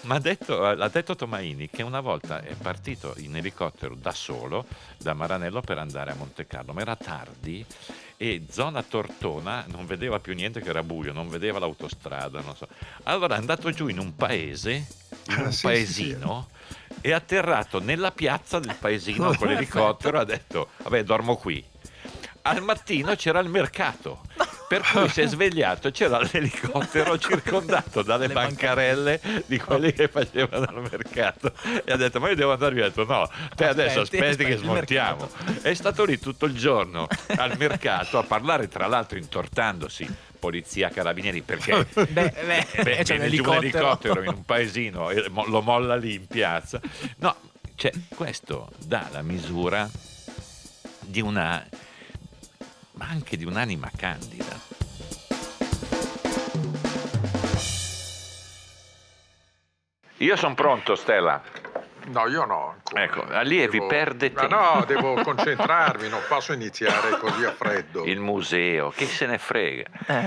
Ma ha detto Tomaini che una volta è partito in elicottero da solo da Maranello per andare a Monte Carlo, ma era tardi e zona Tortona non vedeva più niente, che era buio, non vedeva l'autostrada, non so. Allora è andato giù in un paese, in un Sì, sì, sì. paesino, e atterrato nella piazza del paesino con l'elicottero, ha detto vabbè, dormo qui. Al mattino c'era il mercato, per cui si è svegliato, c'era l'elicottero circondato dalle Le bancarelle di quelli che facevano il mercato, e ha detto ma io devo andare via. Ha detto no, te adesso aspetti che il smontiamo. È stato lì tutto il giorno al mercato a parlare, tra l'altro intortandosi polizia, carabinieri, perché c'è un viene giù un elicottero. elicottero in un paesino e lo molla lì in piazza. No, cioè questo dà la misura di una, ma anche di un'anima candida. Io sono pronto, Stella. No, io no ancora. Ecco, allievi, perde tempo. No, devo concentrarmi, non posso iniziare così a freddo. Il museo, chi se ne frega.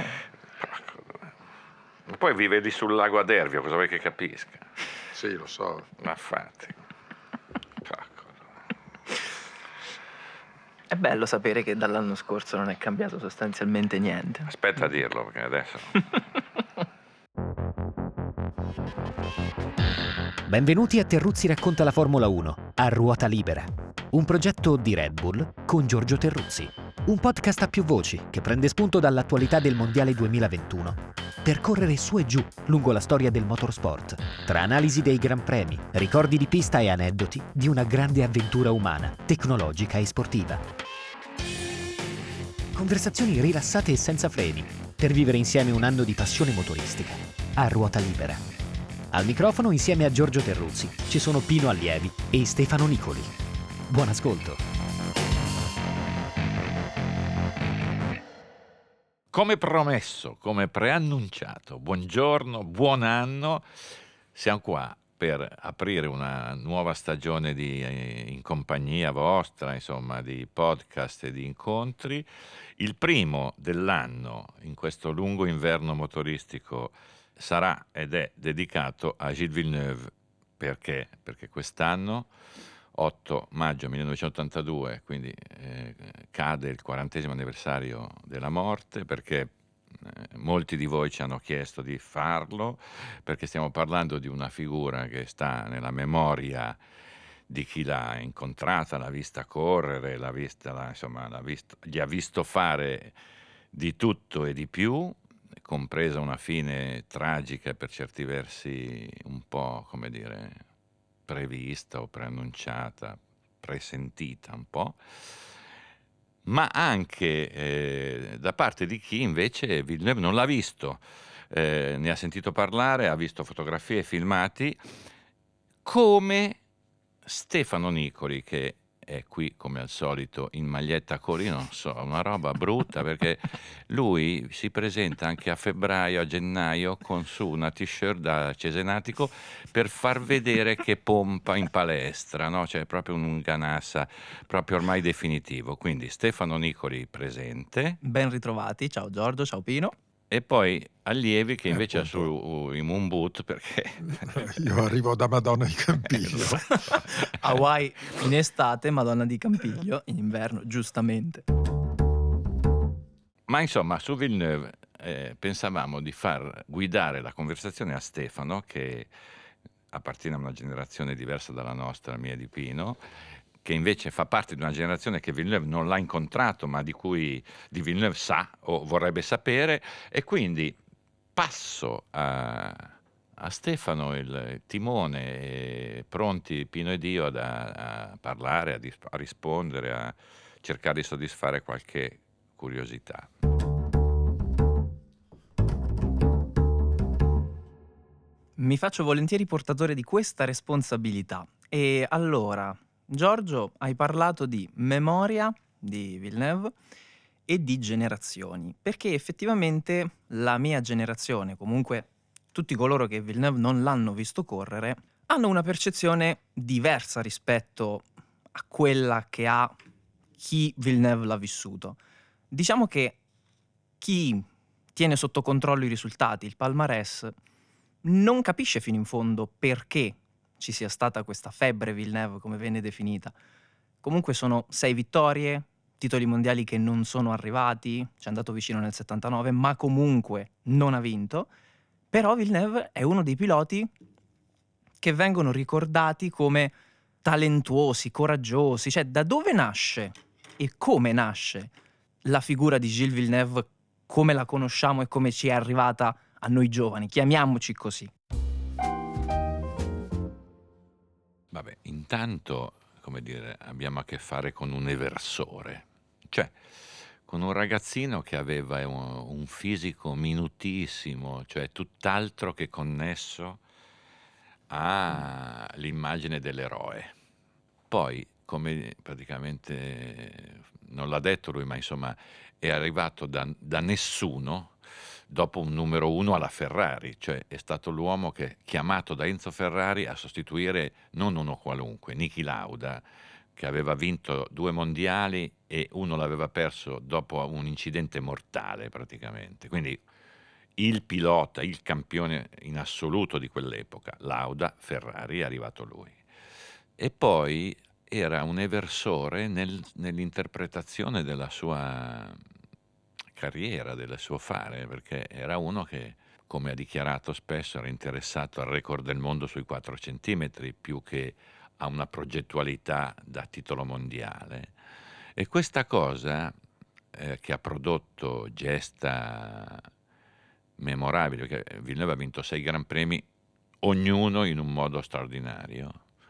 Poi vive lì sul lago Adervio, cosa vuoi che capisca? Sì, lo so. Ma fatti. È bello sapere che dall'anno scorso non è cambiato sostanzialmente niente. Aspetta a dirlo, perché adesso... Benvenuti a Terruzzi racconta la Formula 1 a ruota libera, un progetto di Red Bull con Giorgio Terruzzi, un podcast a più voci che prende spunto dall'attualità del Mondiale 2021 per correre su e giù lungo la storia del motorsport, tra analisi dei gran premi, ricordi di pista e aneddoti di una grande avventura umana, tecnologica e sportiva. Conversazioni rilassate e senza freni per vivere insieme un anno di passione motoristica a ruota libera. Al microfono, insieme a Giorgio Terruzzi, ci sono Pino Allievi e Stefano Nicoli. Buon ascolto. Come promesso, come preannunciato, buongiorno, buon anno. Siamo qua per aprire una nuova stagione in compagnia vostra, insomma, di podcast e di incontri. Il primo dell'anno in questo lungo inverno motoristico sarà ed è dedicato a Gilles Villeneuve. Perché? Perché quest'anno, 8 maggio 1982, quindi cade il 40° anniversario della morte, perché molti di voi ci hanno chiesto di farlo, perché stiamo parlando di una figura che sta nella memoria di chi l'ha incontrata, l'ha vista correre, gli ha visto fare di tutto e di più, compresa una fine tragica e per certi versi un po', come dire, prevista o preannunciata, presentita un po', ma anche da parte di chi invece Villeneuve non l'ha visto, ne ha sentito parlare, ha visto fotografie e filmati, come Stefano Nicoli, che è qui come al solito in maglietta a colori, non so, una roba brutta, perché lui si presenta anche a febbraio, a gennaio con su una t-shirt da Cesenatico per far vedere che pompa in palestra, no? Cioè proprio un ganassa proprio ormai definitivo. Quindi Stefano Nicoli presente. Ben ritrovati, ciao Giorgio, ciao Pino. E poi Allievi che invece ha Appunto. su i moon boot, perché Io arrivo da Madonna di Campiglio. Hawaii in estate, Madonna di Campiglio in inverno, giustamente. Ma insomma, su Villeneuve pensavamo di far guidare la conversazione a Stefano, che appartiene a una generazione diversa dalla nostra, mia e di Pino, che invece fa parte di una generazione che Villeneuve non l'ha incontrato, ma di Villeneuve sa o vorrebbe sapere, e quindi passo a Stefano il timone, e pronti Pino ed io a parlare, a rispondere, a cercare di soddisfare qualche curiosità. Mi faccio volentieri portatore di questa responsabilità. E allora, Giorgio, hai parlato di memoria di Villeneuve e di generazioni, perché effettivamente la mia generazione, comunque tutti coloro che Villeneuve non l'hanno visto correre, hanno una percezione diversa rispetto a quella che ha chi Villeneuve l'ha vissuto. Diciamo che chi tiene sotto controllo i risultati, il palmarès, non capisce fino in fondo perché ci sia stata questa febbre Villeneuve, come venne definita. Comunque sono 6 vittorie, titoli mondiali che non sono arrivati, ci è andato vicino nel 79, ma comunque non ha vinto. Però Villeneuve è uno dei piloti che vengono ricordati come talentuosi, coraggiosi. Cioè, da dove nasce e come nasce la figura di Gilles Villeneuve, come la conosciamo e come ci è arrivata a noi giovani? Chiamiamoci così. Vabbè, intanto, come dire, abbiamo a che fare con un eversore, cioè con un ragazzino che aveva un fisico minutissimo, cioè tutt'altro che connesso all'immagine dell'eroe. Poi, come praticamente non l'ha detto lui, ma insomma è arrivato da nessuno dopo un numero 1 alla Ferrari, cioè è stato l'uomo che è chiamato da Enzo Ferrari a sostituire non uno qualunque, Niki Lauda, che aveva vinto 2 mondiali e uno l'aveva perso dopo un incidente mortale praticamente. Quindi il pilota, il campione in assoluto di quell'epoca, Lauda, Ferrari, è arrivato lui. E poi era un eversore nell'interpretazione della sua carriera, del suo fare, perché era uno che, come ha dichiarato spesso, era interessato al record del mondo sui 4 centimetri più che a una progettualità da titolo mondiale. E questa cosa che ha prodotto gesta memorabili, perché Villeneuve ha vinto 6 Gran Premi, ognuno in un modo straordinario,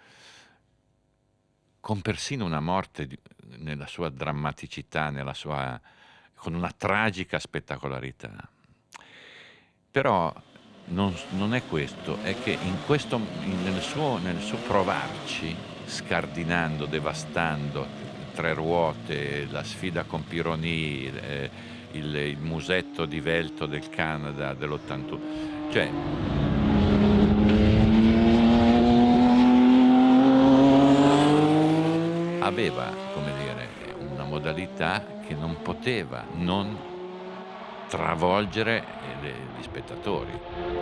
con persino una morte nella sua drammaticità, con una tragica spettacolarità. Però non è questo, è che nel suo provarci, scardinando, devastando, 3 ruote, la sfida con Pironi, il musetto divelto del Canada dell'81, cioè aveva, come dire, una modalità che non poteva non travolgere gli spettatori.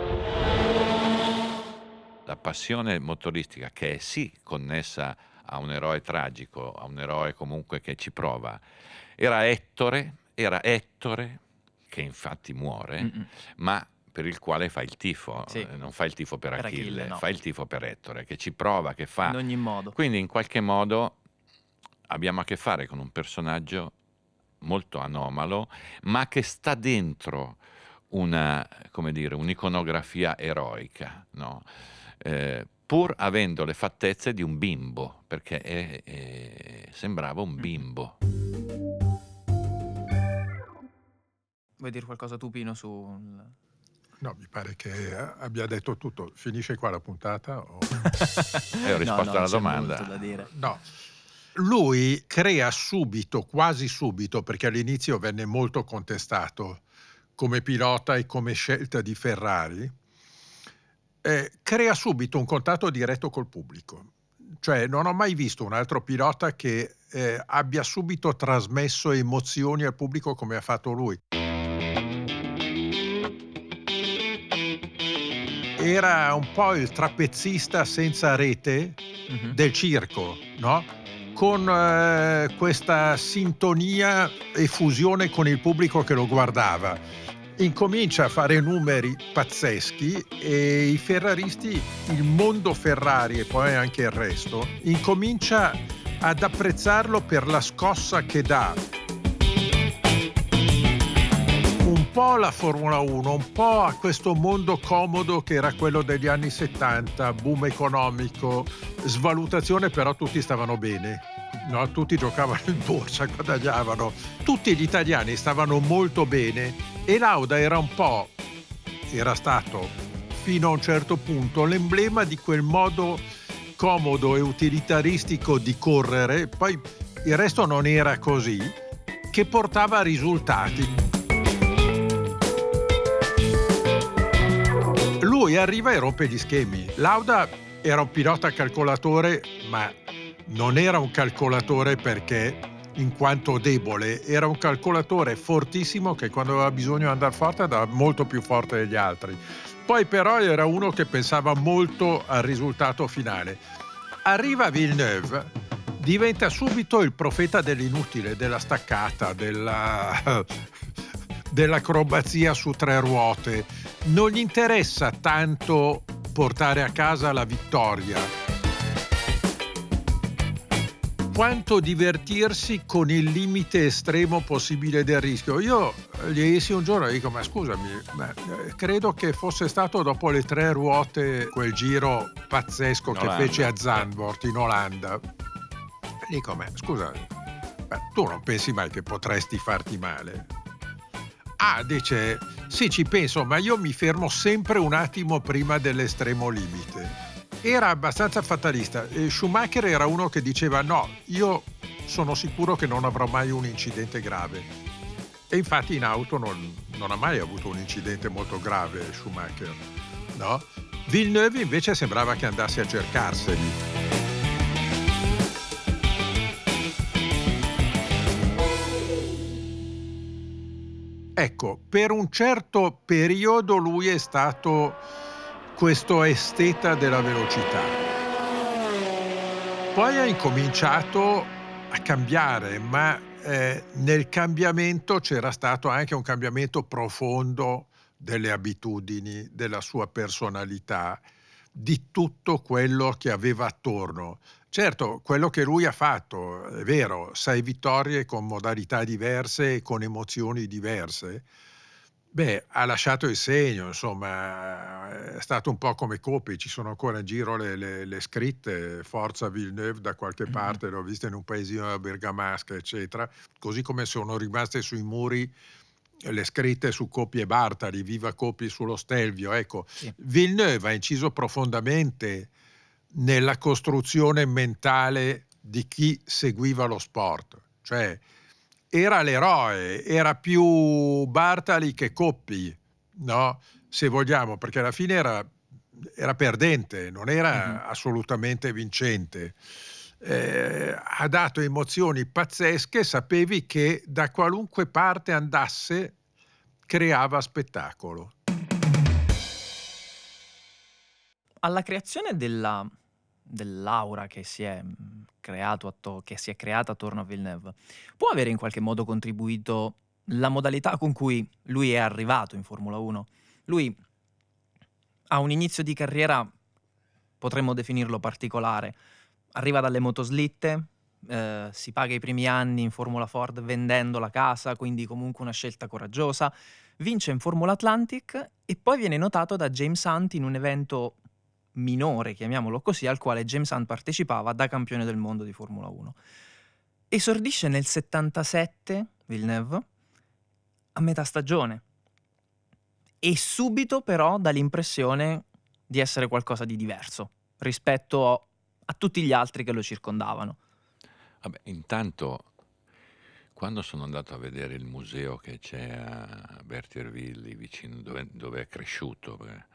La passione motoristica, che è sì connessa a un eroe tragico, a un eroe comunque che ci prova, era Ettore, che infatti muore, ma per il quale fa il tifo, Sì. non fa il tifo per Achille, no. fa il tifo per Ettore, che ci prova, che fa. In ogni modo. Quindi in qualche modo abbiamo a che fare con un personaggio molto anomalo, ma che sta dentro un'iconografia eroica, no? Pur avendo le fattezze di un bimbo, perché sembrava un bimbo. Vuoi dire qualcosa tu, Pino, sul... No, mi pare che abbia detto tutto. Finisce qua la puntata? Ho risposto alla c'è domanda. molto da dire. No. Lui crea subito, quasi subito, perché all'inizio venne molto contestato come pilota e come scelta di Ferrari, crea subito un contatto diretto col pubblico. Cioè non ho mai visto un altro pilota che abbia subito trasmesso emozioni al pubblico come ha fatto lui. Era un po' il trapezzista senza rete del circo, no? Con questa sintonia e fusione con il pubblico che lo guardava. Incomincia a fare numeri pazzeschi e i ferraristi, il mondo Ferrari e poi anche il resto, incomincia ad apprezzarlo per la scossa che dà. Un po' alla Formula 1, un po' a questo mondo comodo che era quello degli anni 70, boom economico, svalutazione, però tutti stavano bene, no? Tutti giocavano in borsa, guadagnavano, tutti gli italiani stavano molto bene e Lauda era stato fino a un certo punto l'emblema di quel modo comodo e utilitaristico di correre, poi il resto non era così, che portava a risultati. Lui arriva e rompe gli schemi. Lauda era un pilota calcolatore, ma non era un calcolatore perché, in quanto debole, era un calcolatore fortissimo che quando aveva bisogno di andare forte andava molto più forte degli altri. Poi però era uno che pensava molto al risultato finale. Arriva Villeneuve, diventa subito il profeta dell'inutile, della staccata, dell'acrobazia su 3 ruote. Non gli interessa tanto portare a casa la vittoria, quanto divertirsi con il limite estremo possibile del rischio. Io gli dissi un giorno, dico, ma scusami, credo che fosse stato dopo le 3 ruote quel giro pazzesco che fece a Zandvoort in Olanda. Dico, ma scusa, tu non pensi mai che potresti farti male? Ah, dice, sì, ci penso, ma io mi fermo sempre un attimo prima dell'estremo limite. Era abbastanza fatalista. Schumacher era uno che diceva, no, io sono sicuro che non avrò mai un incidente grave. E infatti in auto non ha mai avuto un incidente molto grave Schumacher, no? Villeneuve invece sembrava che andasse a cercarseli. Ecco, per un certo periodo lui è stato questo esteta della velocità. Poi ha incominciato a cambiare, ma nel cambiamento c'era stato anche un cambiamento profondo delle abitudini, della sua personalità, di tutto quello che aveva attorno. Certo, quello che lui ha fatto, è vero, 6 vittorie con modalità diverse e con emozioni diverse, ha lasciato il segno, insomma, è stato un po' come Coppi, ci sono ancora in giro le scritte, Forza Villeneuve da qualche parte, le ho viste in un paesino bergamasca, eccetera, così come sono rimaste sui muri le scritte su Coppi e Bartali, viva Coppi sullo Stelvio, ecco. Sì. Villeneuve ha inciso profondamente nella costruzione mentale di chi seguiva lo sport, cioè era l'eroe, era più Bartali che Coppi, no? Se vogliamo, perché alla fine era perdente, non era assolutamente vincente. Ha dato emozioni pazzesche, sapevi che da qualunque parte andasse creava spettacolo. Alla creazione dell'aura che si è creata attorno a Villeneuve, può avere in qualche modo contribuito la modalità con cui lui è arrivato in Formula 1? Lui ha un inizio di carriera, potremmo definirlo particolare, arriva dalle motoslitte, si paga i primi anni in Formula Ford vendendo la casa, quindi comunque una scelta coraggiosa, vince in Formula Atlantic e poi viene notato da James Hunt in un evento minore, chiamiamolo così, al quale James Hunt partecipava da campione del mondo di Formula 1. Esordisce nel 77 Villeneuve a metà stagione e subito però dà l'impressione di essere qualcosa di diverso rispetto a tutti gli altri che lo circondavano. Vabbè, intanto quando sono andato a vedere il museo che c'è a Berthierville, vicino dove è cresciuto,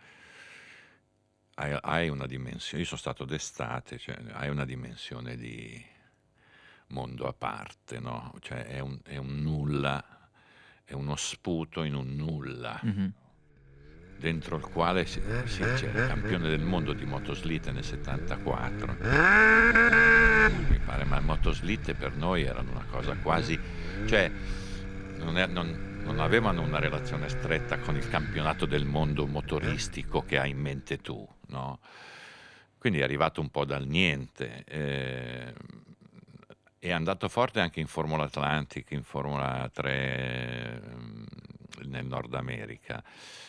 hai una dimensione, io sono stato d'estate, cioè hai una dimensione di mondo a parte, no? Cioè è un nulla, è uno sputo in un nulla, dentro il quale c'è il campione del mondo di motoslitte nel 74, mi pare, ma motoslitte per noi erano una cosa quasi, cioè non avevano una relazione stretta con il campionato del mondo motoristico che hai in mente tu, no? Quindi è arrivato un po' dal niente, è andato forte anche in Formula Atlantic, in Formula 3 nel Nord America.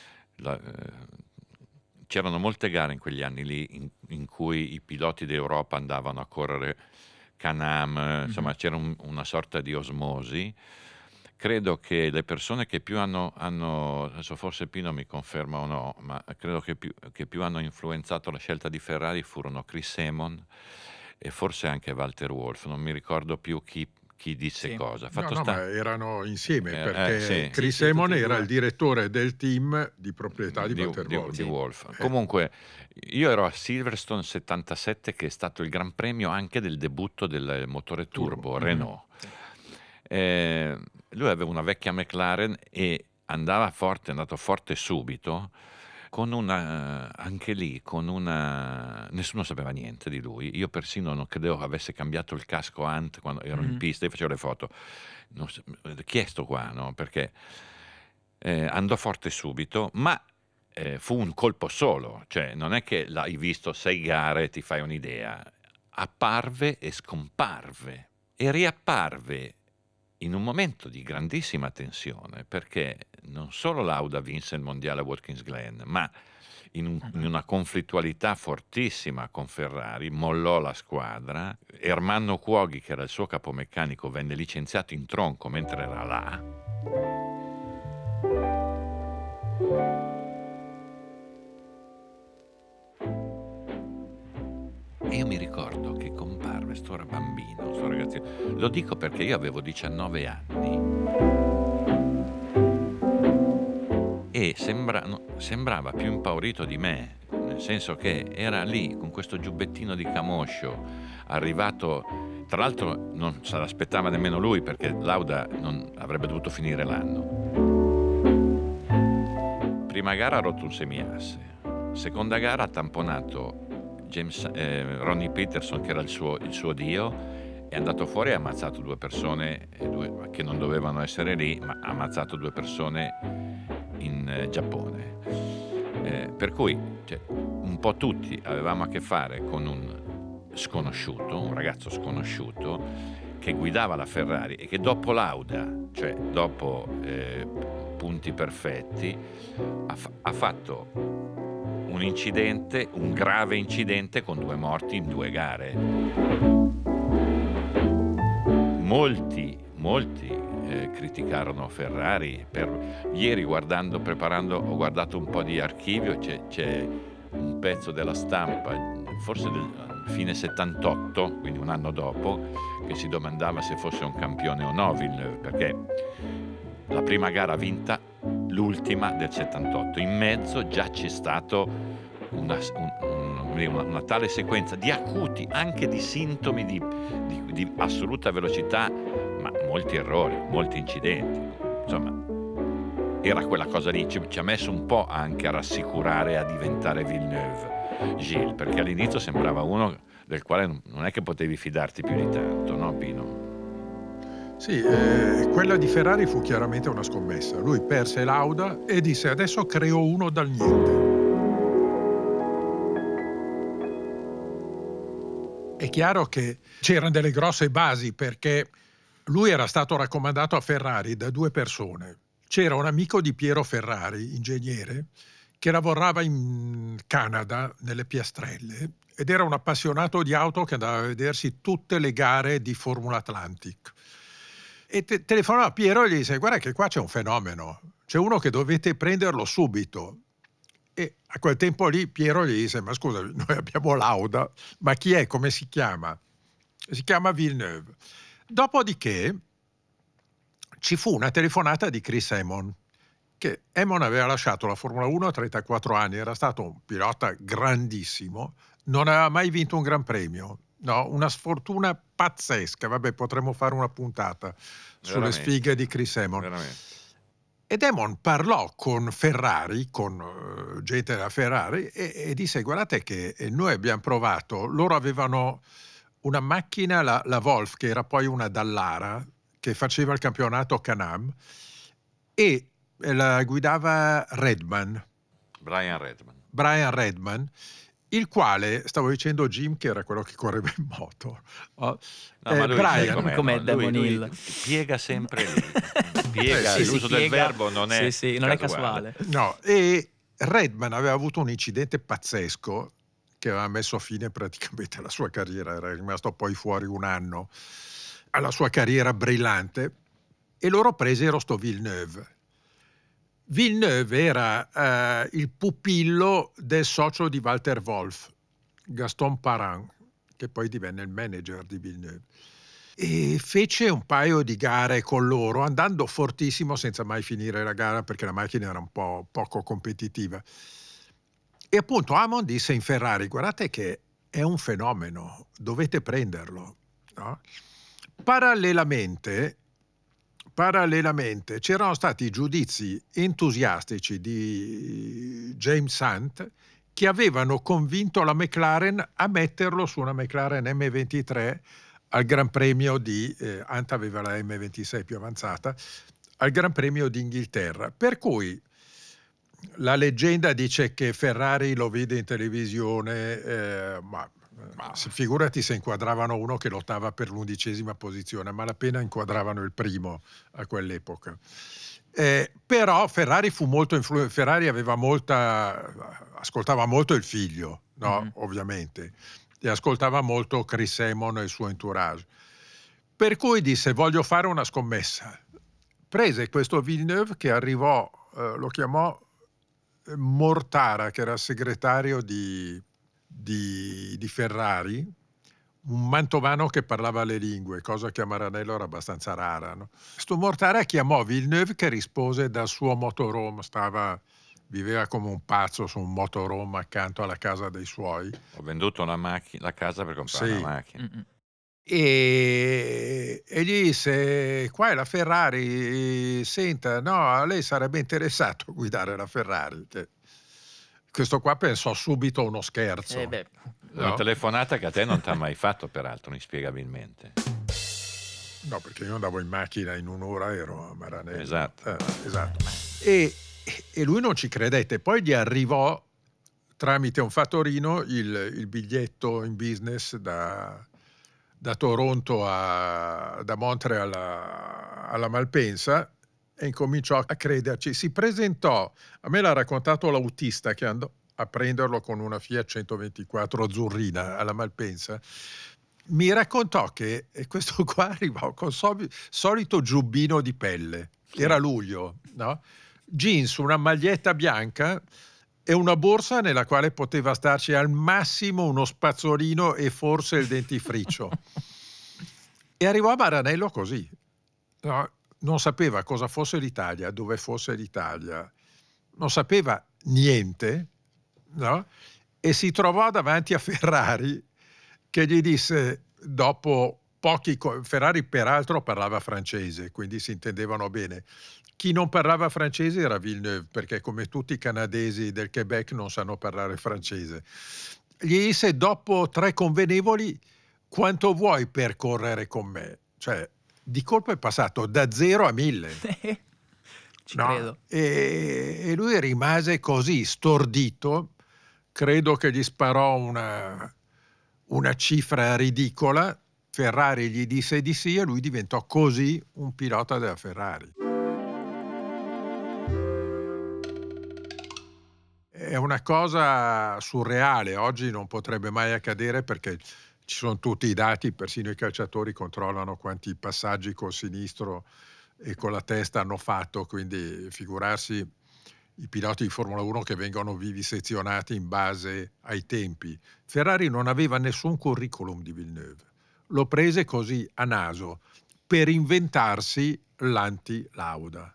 C'erano molte gare in quegli anni lì in cui i piloti d'Europa andavano a correre Can-Am, insomma c'era una sorta di osmosi. Credo che le persone che più hanno adesso forse Pino mi conferma o no, ma credo che più hanno influenzato la scelta di Ferrari furono Chris Amon e forse anche Walter Wolf, non mi ricordo più chi disse cosa. Ma erano insieme, perché Chris Amon era il direttore del team di proprietà di Walter Wolf. Di Wolf. Comunque, io ero a Silverstone 77, che è stato il gran premio anche del debutto del motore turbo Renault. Lui aveva una vecchia McLaren e è andato forte subito, con anche lì, nessuno sapeva niente di lui. Io persino non credevo avesse cambiato il casco Ant quando ero in pista e facevo le foto. Chi è sto qua, no? Perché andò forte subito, ma fu un colpo solo, cioè non è che l'hai visto 6 gare e ti fai un'idea. Apparve e scomparve e riapparve in un momento di grandissima tensione, perché non solo Lauda vinse il mondiale a Watkins Glen, ma in una conflittualità fortissima con Ferrari, mollò la squadra. Ermanno Cuoghi, che era il suo capomeccanico, venne licenziato in tronco mentre era là. E io mi ricordo che comparve sto bambino, sto ragazzino. Lo dico perché io avevo 19 anni e sembrava più impaurito di me, nel senso che era lì con questo giubbettino di camoscio, arrivato. Tra l'altro non se l'aspettava nemmeno lui, perché Lauda non avrebbe dovuto finire l'anno. Prima gara ha rotto un semiasse, seconda gara ha tamponato Ronnie Peterson, che era il suo dio, è andato fuori e ha ammazzato 2 persone che non dovevano essere lì, ma ha ammazzato 2 persone in Giappone. Per cui un po' tutti avevamo a che fare con un ragazzo sconosciuto che guidava la Ferrari e che dopo Lauda, cioè dopo punti perfetti, ha fatto un grave incidente con 2 morti in 2 gare. Molti criticarono Ferrari. Ieri ho guardato un po' di archivio, c'è un pezzo della Stampa, forse del fine 78, quindi un anno dopo, che si domandava se fosse un campione o no Villeneuve, perché la prima gara vinta, l'ultima del 78. In mezzo già c'è stato una tale sequenza di acuti, anche di sintomi di assoluta velocità, ma molti errori, molti incidenti. Insomma, era quella cosa lì, ci ha messo un po' anche a rassicurare, a diventare Villeneuve, Gilles, perché all'inizio sembrava uno del quale non è che potevi fidarti più di tanto, no Pino? Sì, quella di Ferrari fu chiaramente una scommessa. Lui perse Lauda e disse: adesso creo uno dal niente. È chiaro che c'erano delle grosse basi, perché lui era stato raccomandato a Ferrari da 2 persone. C'era un amico di Piero Ferrari, ingegnere, che lavorava in Canada, nelle piastrelle, ed era un appassionato di auto che andava a vedersi tutte le gare di Formula Atlantic. E telefonò a Piero e gli disse: guarda che qua c'è un fenomeno, c'è uno che dovete prenderlo subito. E a quel tempo lì Piero gli disse: ma scusa, noi abbiamo Lauda, ma chi è, come si chiama? Si chiama Villeneuve. Dopodiché ci fu una telefonata di Chris Amon, che Amon aveva lasciato la Formula 1 a 34 anni, era stato un pilota grandissimo, non aveva mai vinto un gran premio. No, una sfortuna pazzesca. Vabbè, potremmo fare una puntata sulle sfighe di Chris Amon. Veramente. Ed Amon parlò con Ferrari, con gente della Ferrari, e disse: guardate che noi abbiamo provato, loro avevano una macchina, la Wolf, che era poi una Dallara, che faceva il campionato Can-Am, e la guidava Brian Redman, il quale, stavo dicendo Jim, che era quello che correva in moto. No, ma lui Brian, com'è Damon Hill? Piega sempre lì. Piega, l'uso del verbo non è non è casuale. No, e Redman aveva avuto un incidente pazzesco che aveva messo fine praticamente alla sua carriera, era rimasto poi fuori un anno alla sua carriera brillante, e loro presero sto Villeneuve. Villeneuve era il pupillo del socio di Walter Wolf, Gaston Parent, che poi divenne il manager di Villeneuve. E fece un paio di gare con loro, andando fortissimo senza mai finire la gara, perché la macchina era un po' poco competitiva. E appunto Amon disse in Ferrari: guardate che è un fenomeno, dovete prenderlo, no? Parallelamente parallelamente c'erano stati giudizi entusiastici di James Hunt che avevano convinto la McLaren a metterlo su una McLaren M23 al Gran Premio di Hunt aveva la M26 più avanzata, al Gran Premio d'Inghilterra, per cui la leggenda dice che Ferrari lo vede in televisione, ma figurati se inquadravano uno che lottava per l'11ª posizione, ma appena inquadravano il primo a quell'epoca. Però Ferrari fu molto Ferrari ascoltava molto il figlio, no? Ovviamente, e ascoltava molto Chris Amon e il suo entourage. Per cui disse: voglio fare una scommessa. Prese questo Villeneuve che arrivò, lo chiamò Mortara, che era il segretario di Ferrari, un mantovano che parlava le lingue, cosa che a Maranello era abbastanza rara, no? Sto Mortara chiamò Villeneuve, che rispose dal suo motorhome, viveva come un pazzo su un motorhome accanto alla casa dei suoi. Ho venduto la casa per comprare una macchina. E gli disse: qua è la Ferrari, senta, no, a lei sarebbe interessato a guidare la Ferrari. Questo qua pensò subito a uno scherzo. Una telefonata che a te non ti ha mai fatto, peraltro, inspiegabilmente. No, perché io andavo in macchina, in un'ora ero a Maranello. Esatto. E lui non ci credette. Poi gli arrivò tramite un fattorino il biglietto in business da Toronto da Montreal alla Malpensa, e incominciò a crederci. Si presentò, a me l'ha raccontato l'autista che andò a prenderlo con una Fiat 124 azzurrina alla Malpensa. Mi raccontò che questo qua arrivò con solito giubbino di pelle, era luglio, no? Jeans, una maglietta bianca e una borsa nella quale poteva starci al massimo uno spazzolino e forse il dentifricio. E arrivò a Maranello così, no? Non sapeva cosa fosse l'Italia, dove fosse l'Italia, non sapeva niente, no? E si trovò davanti a Ferrari, che gli disse, dopo Ferrari peraltro parlava francese, quindi si intendevano bene. Chi non parlava francese era Villeneuve, perché come tutti i canadesi del Quebec non sanno parlare francese. Gli disse, dopo 3 convenevoli, quanto vuoi percorrere con me? Cioè, di colpo è passato da 0 a 1000. Ci credo. E lui rimase così, stordito. Credo che gli sparò una cifra ridicola. Ferrari gli disse di sì e lui diventò così un pilota della Ferrari. È una cosa surreale, oggi non potrebbe mai accadere perché ci sono tutti i dati, persino i calciatori controllano quanti passaggi col sinistro e con la testa hanno fatto, quindi figurarsi i piloti di Formula 1 che vengono vivisezionati in base ai tempi. Ferrari non aveva nessun curriculum di Villeneuve, lo prese così a naso per inventarsi l'anti-lauda.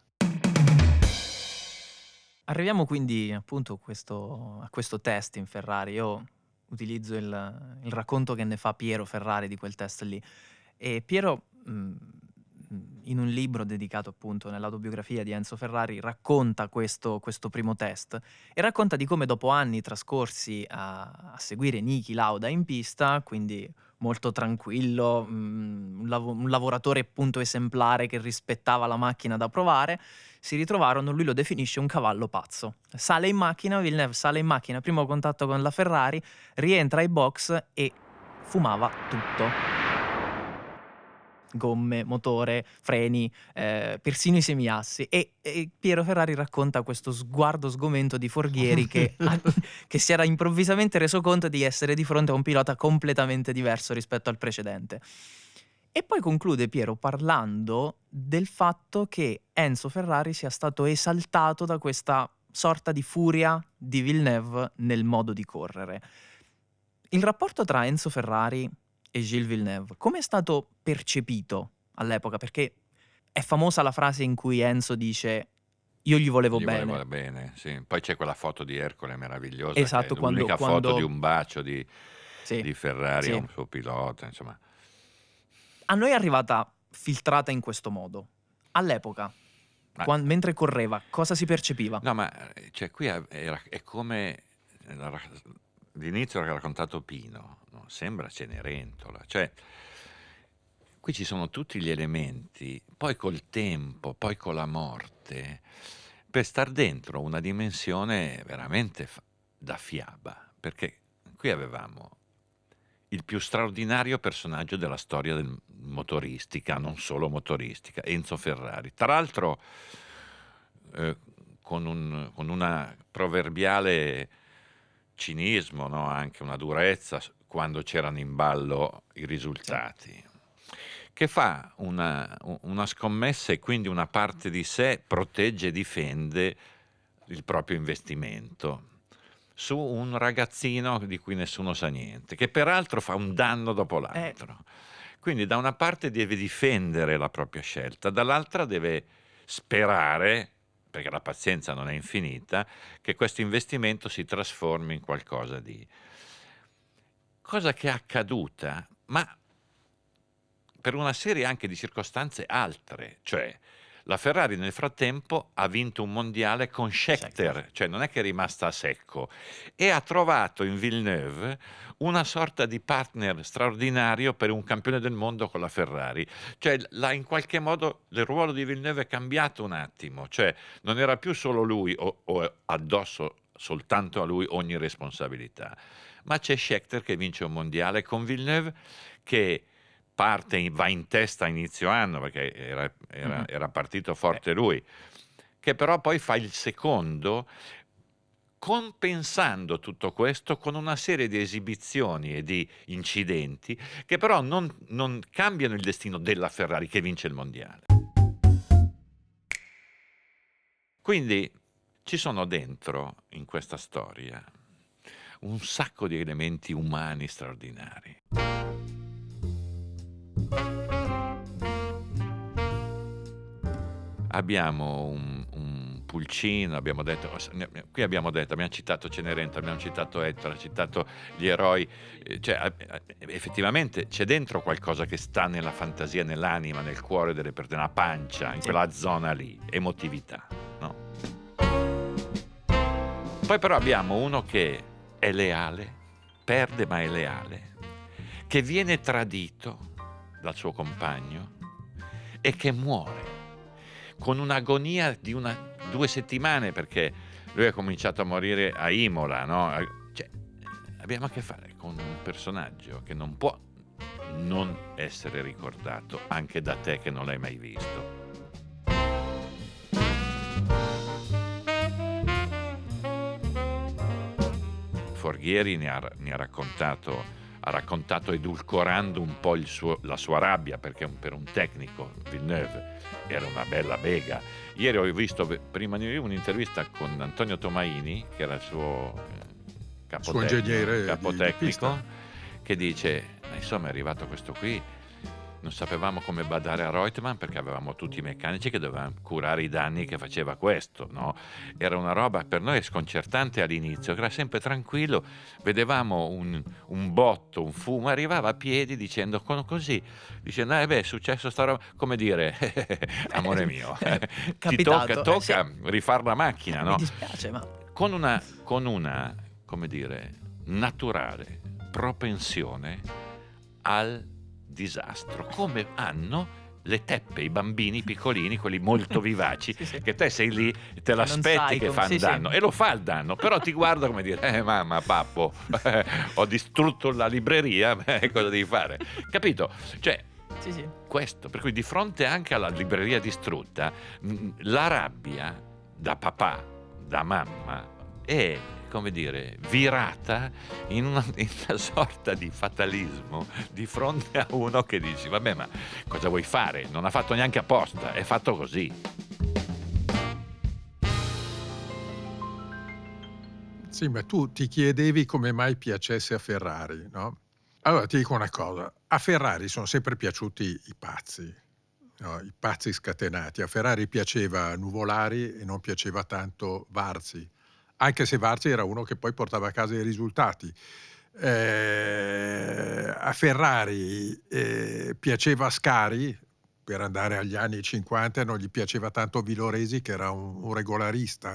Arriviamo quindi appunto a questo test in Ferrari. Io utilizzo il racconto che ne fa Piero Ferrari di quel test lì. E Piero, in un libro dedicato appunto nell'autobiografia di Enzo Ferrari, racconta questo primo test e racconta di come dopo anni trascorsi a seguire Niki Lauda in pista, quindi molto tranquillo, un lavoratore appunto esemplare che rispettava la macchina da provare, si ritrovarono, lui lo definisce un cavallo pazzo. Sale in macchina, Villeneuve sale in macchina, primo contatto con la Ferrari, rientra ai box e fumava tutto. Gomme, motore, freni, persino i semiassi. E Piero Ferrari racconta questo sguardo sgomento di Forghieri che si era improvvisamente reso conto di essere di fronte a un pilota completamente diverso rispetto al precedente. E poi conclude Piero parlando del fatto che Enzo Ferrari sia stato esaltato da questa sorta di furia di Villeneuve nel modo di correre. Il rapporto tra Enzo Ferrari e Gilles Villeneuve come è stato percepito all'epoca? Perché è famosa la frase in cui Enzo dice io gli volevo bene. Sì. Poi c'è quella foto di Ercole meravigliosa, esatto, che è l'unica foto di un bacio di Ferrari a un suo pilota, insomma. A noi è arrivata filtrata in questo modo. All'epoca, Ma- mentre correva, cosa si percepiva? No, ma cioè, qui è come l'inizio che ha raccontato Pino, no? Sembra Cenerentola, cioè qui ci sono tutti gli elementi, poi col tempo, poi con la morte, per star dentro una dimensione veramente da fiaba, perché qui avevamo il più straordinario personaggio della storia motoristica, non solo motoristica, Enzo Ferrari. Tra l'altro con una proverbiale cinismo, no? Anche una durezza quando c'erano in ballo i risultati, che fa una scommessa e quindi una parte di sé protegge e difende il proprio investimento su un ragazzino di cui nessuno sa niente, che peraltro fa un danno dopo l'altro. Quindi da una parte deve difendere la propria scelta, dall'altra deve sperare, perché la pazienza non è infinita, che questo investimento si trasformi in qualcosa di... Cosa che è accaduta, ma per una serie anche di circostanze altre, cioè la Ferrari nel frattempo ha vinto un mondiale con Scheckter, cioè non è che è rimasta a secco, e ha trovato in Villeneuve una sorta di partner straordinario per un campione del mondo con la Ferrari. Cioè in qualche modo il ruolo di Villeneuve è cambiato un attimo, cioè non era più solo lui o addosso soltanto a lui ogni responsabilità, ma c'è Scheckter che vince un mondiale con Villeneuve che va in testa a inizio anno perché era partito forte lui, che però poi fa il secondo, compensando tutto questo con una serie di esibizioni e di incidenti che però non cambiano il destino della Ferrari che vince il mondiale. Quindi ci sono dentro in questa storia un sacco di elementi umani straordinari. Abbiamo un pulcino, abbiamo citato Cenerentola, abbiamo citato Ettore, abbiamo citato gli eroi, cioè effettivamente c'è dentro qualcosa che sta nella fantasia, nell'anima, nel cuore delle persone, nella pancia, in quella zona lì, emotività, no? Poi però abbiamo uno che è leale, perde ma è leale, che viene tradito dal suo compagno e che muore con un'agonia di 2 settimane, perché lui ha cominciato a morire a Imola, no? Cioè, abbiamo a che fare con un personaggio che non può non essere ricordato anche da te che non l'hai mai visto. Forghieri ne ha raccontato edulcorando un po' la sua rabbia, perché per un tecnico Villeneuve era una bella bega. Ieri ho visto prima di un'intervista con Antonio Tomaini, che era il suo capotecnico, che dice: insomma, è arrivato questo qui, non sapevamo come badare a Reutemann perché avevamo tutti i meccanici che dovevano curare i danni che faceva questo, no? Era una roba per noi sconcertante all'inizio, che era sempre tranquillo, vedevamo un botto, un fumo, arrivava a piedi dicendo dicendo è successo sta roba, come dire, amore mio, ti tocca rifare la macchina, no? Mi dispiace, ma con una come dire, naturale propensione al disastro, come hanno le teppe, i bambini piccolini, quelli molto vivaci, che te sei lì, te l'aspetti che fa un danno, e lo fa il danno, però ti guarda come dire, mamma, pappo, ho distrutto la libreria, cosa devi fare? Capito? Cioè, questo, per cui di fronte anche alla libreria distrutta, la rabbia da papà, da mamma, è, come dire, virata in una sorta di fatalismo di fronte a uno che dici, vabbè, ma cosa vuoi fare? Non ha fatto neanche apposta, è fatto così. Sì, ma tu ti chiedevi come mai piacesse a Ferrari, no? Allora ti dico una cosa, a Ferrari sono sempre piaciuti i pazzi, no? I pazzi scatenati. A Ferrari piaceva Nuvolari e non piaceva tanto Varzi, anche se Varzi era uno che poi portava a casa i risultati. A Ferrari piaceva Ascari per andare agli anni 50 non gli piaceva tanto Villoresi, che era un regolarista.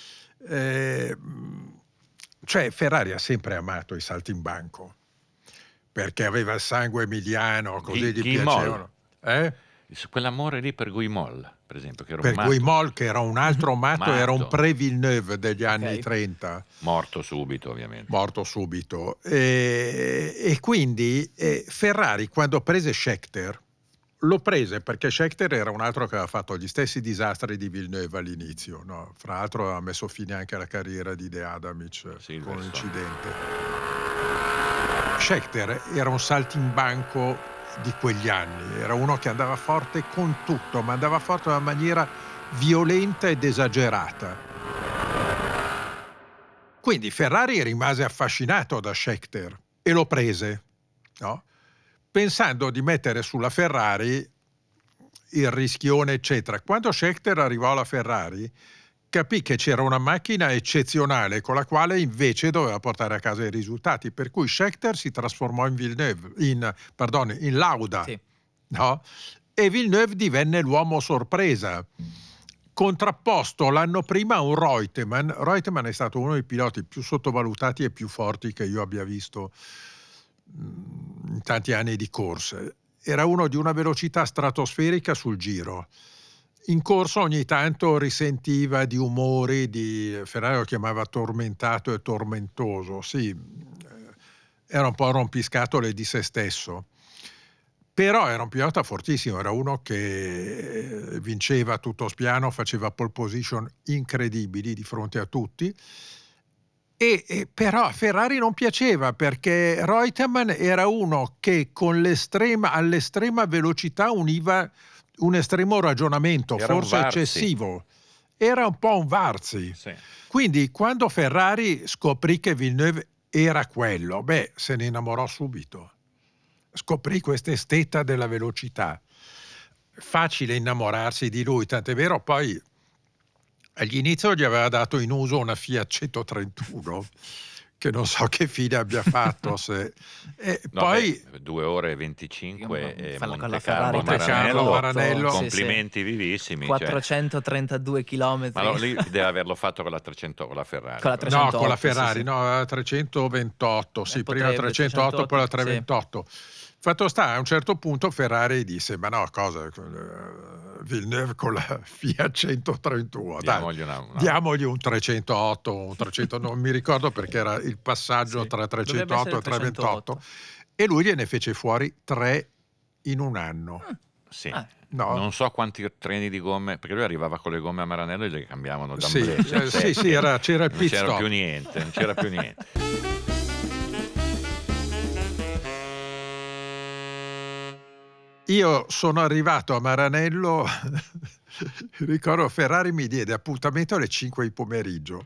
Cioè Ferrari ha sempre amato i saltimbanco, perché aveva il sangue emiliano, così gli piacevano. Quell'amore lì per Guimol, per esempio, che era un Per matto. Guimol, che era un altro matto, era un Matto. pre-Villeneuve degli anni 30. Morto subito, ovviamente. Morto subito. E quindi Ferrari, quando prese Scheckter, lo prese perché Scheckter era un altro che aveva fatto gli stessi disastri di Villeneuve all'inizio, no? Fra l'altro aveva messo fine anche alla carriera di De Adamic con un incidente. Scheckter era un saltimbanco di quegli anni, era uno che andava forte con tutto, ma andava forte in una maniera violenta ed esagerata. Quindi Ferrari rimase affascinato da Scheckter e lo prese, no? Pensando di mettere sulla Ferrari il rischione, eccetera. Quando Scheckter arrivò alla Ferrari, capì che c'era una macchina eccezionale con la quale invece doveva portare a casa i risultati, per cui Scheckter si trasformò in Villeneuve, in Lauda, Sì. no? E Villeneuve divenne l'uomo sorpresa, contrapposto l'anno prima a un Reutemann. Reutemann è stato uno dei piloti più sottovalutati e più forti che io abbia visto in tanti anni di corse. Era uno di una velocità stratosferica sul giro. In corsa ogni tanto risentiva di umori di Ferrari, lo chiamava tormentato e tormentoso. Sì, era un po' rompiscatole di se stesso. Però era un pilota fortissimo, era uno che vinceva tutto spiano, faceva pole position incredibili di fronte a tutti. E però a Ferrari non piaceva, perché Reutemann era uno che all'estrema velocità univa un estremo ragionamento, Era forse eccessivo. Era un po' un Varzi. Sì. Quindi quando Ferrari scoprì che Villeneuve era quello, se ne innamorò subito. Scoprì questa esteta della velocità. Facile innamorarsi di lui, tant'è vero poi all'inizio gli aveva dato in uso una Fiat 131 che non so che fine abbia fatto. Poi 2 ore e 25 e Con la Monte Ferrari Carlo Maranello, Sì, complimenti vivissimi. 432 chilometri. Ma lì deve averlo fatto con la 300, con la Ferrari. Con la 308, no, con la Ferrari, sì. no, 328, sì, prima Potrebbe, 308, poi la 328, 328. Fatto sta, a un certo punto Ferrari disse, ma no, cosa, Villeneuve con la Fiat 131, diamogli un 308, un 300, non mi ricordo perché era il passaggio Sì, tra dovrebbe 308 essere e 328, e lui gliene fece fuori 3 in un anno. Sì. No. Non so quanti treni di gomme, perché lui arrivava con le gomme a Maranello e le cambiavano da Sì, sì, c'era il non pit c'era stop. più niente, non c'era più niente. Io sono arrivato a Maranello, ricordo Ferrari mi diede appuntamento alle 5 di pomeriggio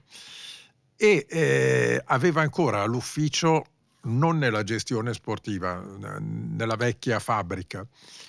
e aveva ancora l'ufficio non nella gestione sportiva, nella vecchia fabbrica.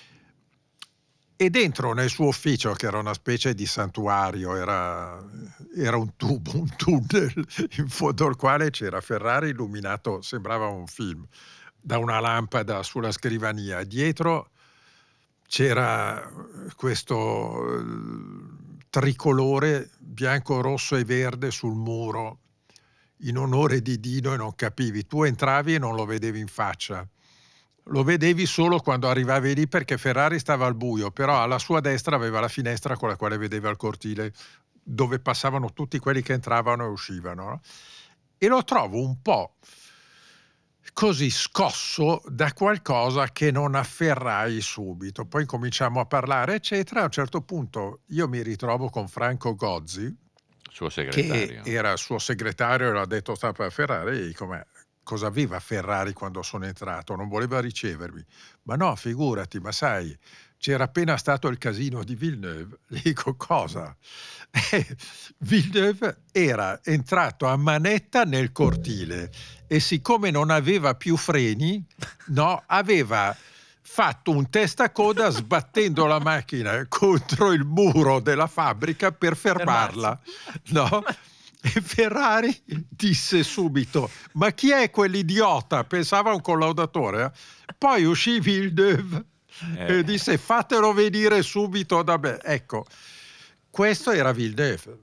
E dentro nel suo ufficio, che era una specie di santuario, era un tubo, un tunnel in fondo al quale c'era Ferrari illuminato, sembrava un film, da una lampada sulla scrivania. Dietro c'era questo tricolore bianco, rosso e verde sul muro in onore di Dino, e non capivi. Tu entravi e non lo vedevi in faccia. Lo vedevi solo quando arrivavi lì, perché Ferrari stava al buio, però alla sua destra aveva la finestra con la quale vedeva il cortile dove passavano tutti quelli che entravano e uscivano, no? E lo trovo un po' così scosso da qualcosa che non afferrai subito. Poi cominciamo a parlare, eccetera. A un certo punto io mi ritrovo con Franco Gozzi, Suo segretario. che era il suo segretario e l'ha detto stampa a Ferrari, e dico, ma cosa aveva Ferrari quando sono entrato? Non voleva ricevermi. Ma no, figurati, ma sai, c'era appena stato il casino di Villeneuve. Le dico, cosa? Villeneuve era entrato a manetta nel cortile e siccome non aveva più freni, no, aveva fatto un testacoda sbattendo la macchina contro il muro della fabbrica per fermarla, no? E Ferrari disse subito, ma chi è quell'idiota? Pensava a un collaudatore. Poi uscì Villeneuve e disse fatelo venire subito da me. Ecco, questo era Villeneuve.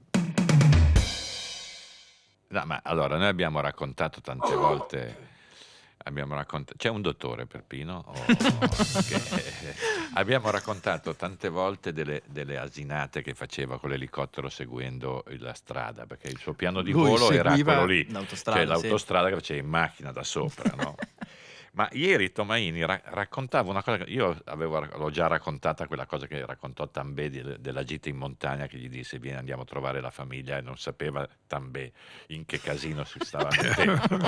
No, ma allora noi abbiamo raccontato tante volte. C'è un dottore Peppino? Abbiamo raccontato tante volte delle asinate che faceva con l'elicottero seguendo la strada, perché il suo piano di Lui volo era seguiva quello lì, l'autostrada, cioè sì. l'autostrada che faceva in macchina da sopra, no? Ma ieri Tomaini raccontava una cosa che io l'ho già raccontata, quella cosa che raccontò Tambè della gita in montagna, che gli disse vieni andiamo a trovare la famiglia, e non sapeva Tambè in che casino si stava mettendo.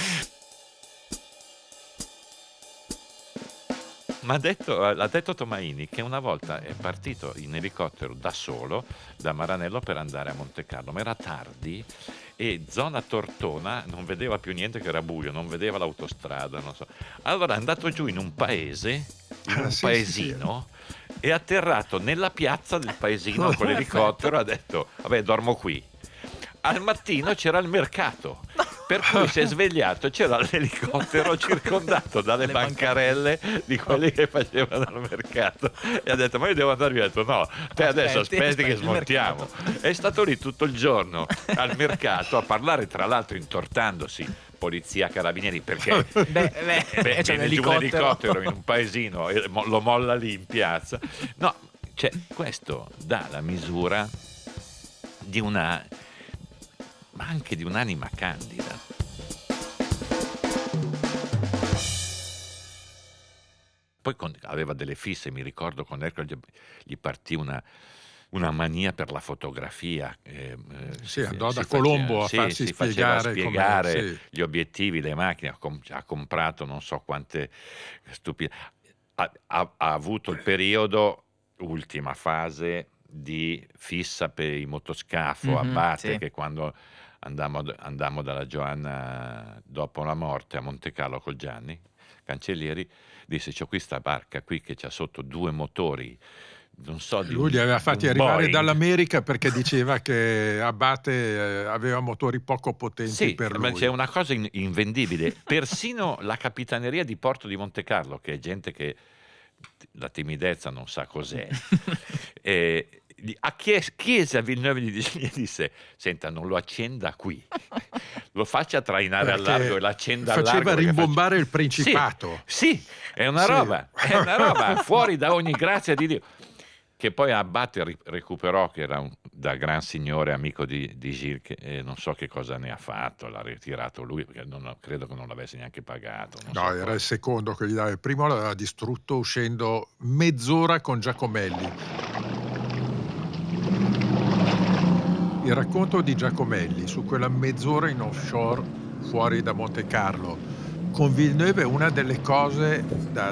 Ma l'ha detto Tomaini che una volta è partito in elicottero da solo da Maranello per andare a Monte Carlo, ma era tardi e zona Tortona non vedeva più niente, che era buio, non vedeva l'autostrada, non so. Allora è andato giù in un paese, in un paesino, e è atterrato nella piazza del paesino con l'elicottero, ha detto vabbè dormo qui. Al mattino c'era il mercato, per cui si è svegliato, c'era l'elicottero circondato dalle bancarelle di quelli che facevano il mercato, e ha detto ma io devo andare via. Ha detto no, te adesso aspetti che smontiamo. È stato lì tutto il giorno al mercato a parlare, tra l'altro intortandosi polizia, carabinieri, perché c'è viene giù un elicottero in un paesino e lo molla lì in piazza. No, cioè questo dà la misura di ma anche di un'anima candida. Poi aveva delle fisse, mi ricordo con Ercole gli partì una mania per la fotografia. Andò da Colombo a farsi spiegare gli obiettivi, le macchine, ha comprato non so quante stupide. Ha avuto il periodo, ultima fase, di fissa per i motoscafo, Abate, che quando andammo dalla Giovanna dopo la morte a Monte Carlo col Gianni Cancellieri, disse c'ho questa barca qui che c'ha sotto 2 motori, non so di lui li aveva fatti arrivare Boeing dall'America perché diceva che Abate aveva motori poco potenti per lui. Ma c'è una cosa invendibile, persino la capitaneria di Porto di Monte Carlo, che è gente che la timidezza non sa cos'è, chiese a Villeneuve, gli disse senta non lo accenda qui, lo faccia trainare al largo e l'accenda al largo, faceva rimbombare il Principato. Sì, è una roba fuori da ogni grazia di Dio, che poi Abate recuperò, che era da gran signore amico di Gilles, che non so che cosa ne ha fatto, l'ha ritirato lui, perché credo che non l'avesse neanche pagato. Era il secondo che gli dava, il primo l'aveva distrutto uscendo mezz'ora con Giacomelli. Il racconto di Giacomelli su quella mezz'ora in offshore fuori da Monte Carlo con Villeneuve è una delle cose da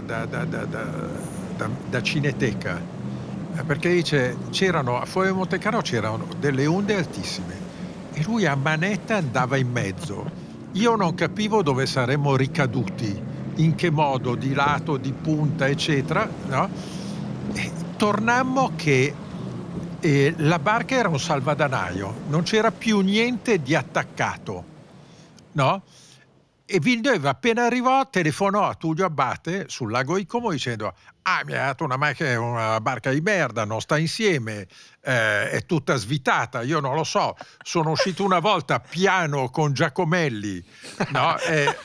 cineteca, perché dice fuori da Monte Carlo c'erano delle onde altissime e lui a manetta andava in mezzo. Io non capivo dove saremmo ricaduti, in che modo, di lato, di punta, eccetera, no? E tornammo che la barca era un salvadanaio, non c'era più niente di attaccato, no? E Villeneuve appena arrivò telefonò a Tullio Abate sul lago Como dicendo mi ha dato una barca di merda, non sta insieme, è tutta svitata, io non lo so, sono uscito una volta piano con Giacomelli, no?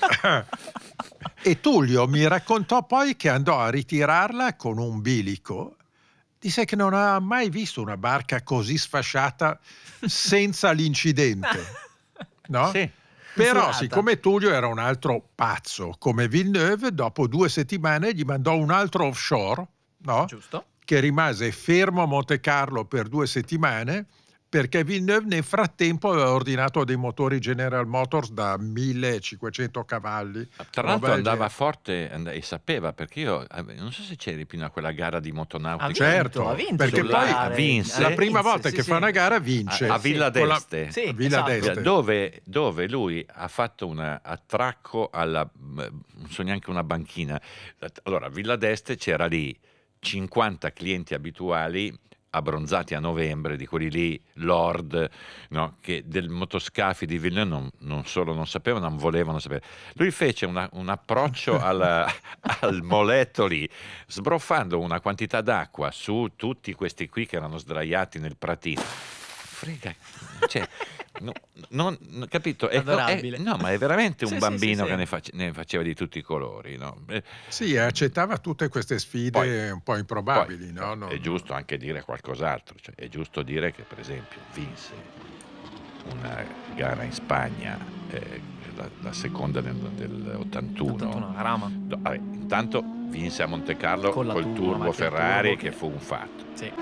E Tullio mi raccontò poi che andò a ritirarla con un bilico. Disse che non aveva mai visto una barca così sfasciata senza l'incidente, no? Sì. Però siccome Tullio era un altro pazzo come Villeneuve, dopo 2 settimane gli mandò un altro offshore, no? Giusto. Che rimase fermo a Monte Carlo per 2 settimane perché Villeneuve nel frattempo aveva ordinato dei motori General Motors da 1500 cavalli. Tra l'altro andava forte e sapeva, perché io non so se c'eri prima a quella gara di motonautica. Ha vinto, perché poi vinse. La prima volta che fa una gara vince a Villa d'Este, a Villa d'Este. Dove lui ha fatto un attracco non so neanche una banchina. Allora a Villa d'Este c'era lì 50 clienti abituali abbronzati a novembre, di quelli lì, Lord, no? Che del motoscafi di Villeneuve non solo non sapevano, non volevano sapere. Lui fece un approccio al moletto lì, sbroffando una quantità d'acqua su tutti questi qui che erano sdraiati nel pratino. Frega, cioè, capito? Adorabile. No, ma è veramente un Sì, bambino sì, che sì. ne faceva di tutti i colori, no? Sì, accettava tutte queste sfide Poi- un po' improbabili, no? È giusto anche dire qualcos'altro, cioè è giusto dire che per esempio vinse una gara in Spagna, la seconda del 81. 81, Rama. Vabbè, intanto vinse a Monte Carlo Con la col turbo, turbo macchina Ferrari, turbo che che- fu un fatto Sì.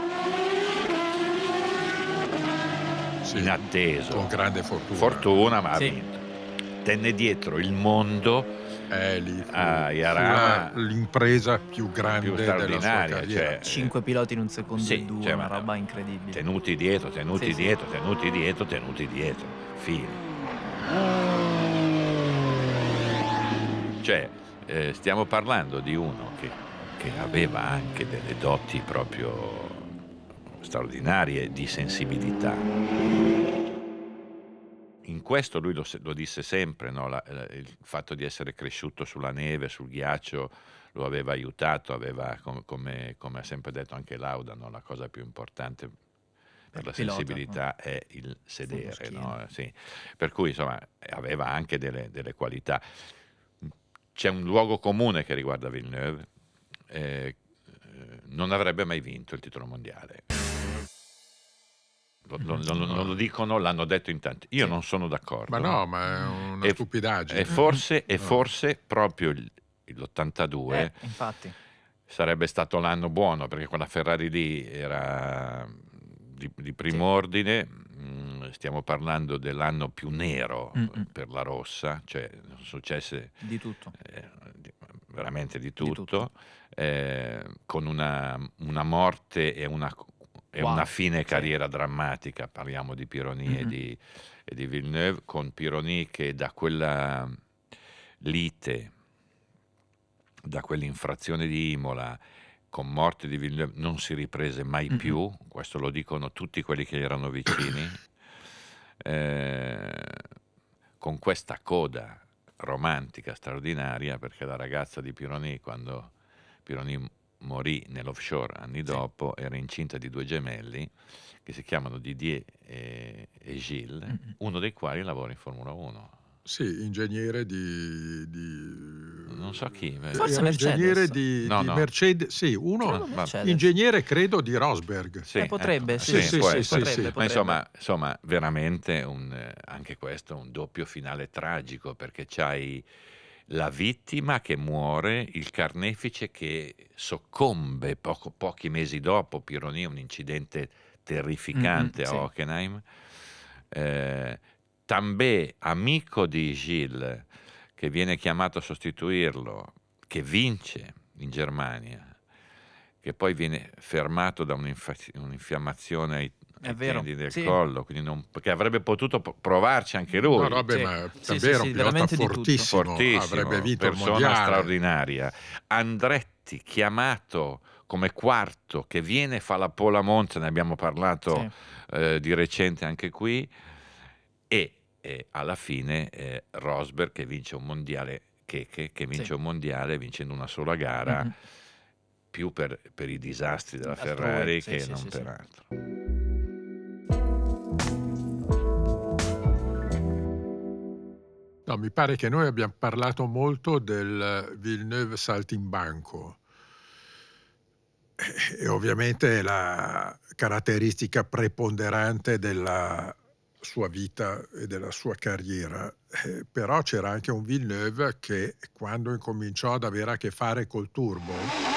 Sì, inatteso, con grande fortuna. ma ha Sì. vinto. Tenne dietro il mondo Lì fu Yarama l'impresa più grande più della sua straordinaria, carriera. cioè, 5 piloti in un secondo sì, e due, cioè, una ma- roba incredibile. tenuti dietro, Sì, sì. fine. Cioè, stiamo parlando di uno che aveva anche delle doti proprio straordinarie di sensibilità. In questo lui lo disse sempre, no? Il fatto di essere cresciuto sulla neve, sul ghiaccio, lo aveva aiutato, come ha sempre detto anche Lauda, no? La cosa più importante per la pilota, sensibilità è il sedere, Fondoschiena. no? Sì. Per cui insomma aveva anche delle qualità. C'è un luogo comune che riguarda Villeneuve, non avrebbe mai vinto il titolo mondiale. Non lo dicono, l'hanno detto in tanti. Io Sì. non sono d'accordo. Ma no, ma è una E- stupidaggine. E forse No. proprio l'82 Infatti. sarebbe stato l'anno buono, perché quella Ferrari lì era di prim'ordine. Stiamo parlando dell'anno più nero per la rossa, cioè successe Di tutto. veramente di tutto. tutto, con una morte e una Wow, fine sì. carriera drammatica. Parliamo di Pironi e di Villeneuve, con Pironi che da quella lite, da quell'infrazione di Imola, con morte di Villeneuve, non si riprese mai più. Questo lo dicono tutti quelli che gli erano vicini. Con questa coda romantica straordinaria, perché la ragazza di Pironi, quando Pironi morì nell'offshore anni dopo, era incinta di 2 gemelli che si chiamano Didier e Gilles, uno dei quali lavora in Formula 1. Sì, ingegnere Non so chi. Forse era ingegnere Mercedes. di No. Mercedes, sì, uno Credo ma- Mercedes. ingegnere credo di Rosberg. Sì, potrebbe, ecco, sì, sì, può sì, essere. sì, sì. Ma insomma, veramente anche questo un doppio finale tragico, perché c'hai la vittima che muore, il carnefice che soccombe pochi mesi dopo. Pironi, un incidente terrificante sì. a Hockenheim. Tambè, amico di Gilles, che viene chiamato a sostituirlo, che vince in Germania, che poi viene fermato da un'infiammazione ai È vero, tendini del sì. collo, quindi perché avrebbe potuto provarci anche lui. No, vabbè, Sì. ma Sì, Tambè sì, era sì, un pilota veramente di tutto. fortissimo, Fortissimo, avrebbe vinto il persona mondiale. straordinaria. Andretti, chiamato come quarto, che viene e fa la pole a Monza, ne abbiamo parlato di recente anche qui, e alla fine Rosberg che vince un mondiale, che vince un mondiale vincendo una sola gara, più per i disastri della Altrui, Ferrari sì, che sì, non sì, per sì. altro. No, mi pare che noi abbiamo parlato molto del Villeneuve saltimbanco. E ovviamente la caratteristica preponderante della sua vita e della sua carriera. Però c'era anche un Villeneuve che, quando incominciò ad avere a che fare col turbo,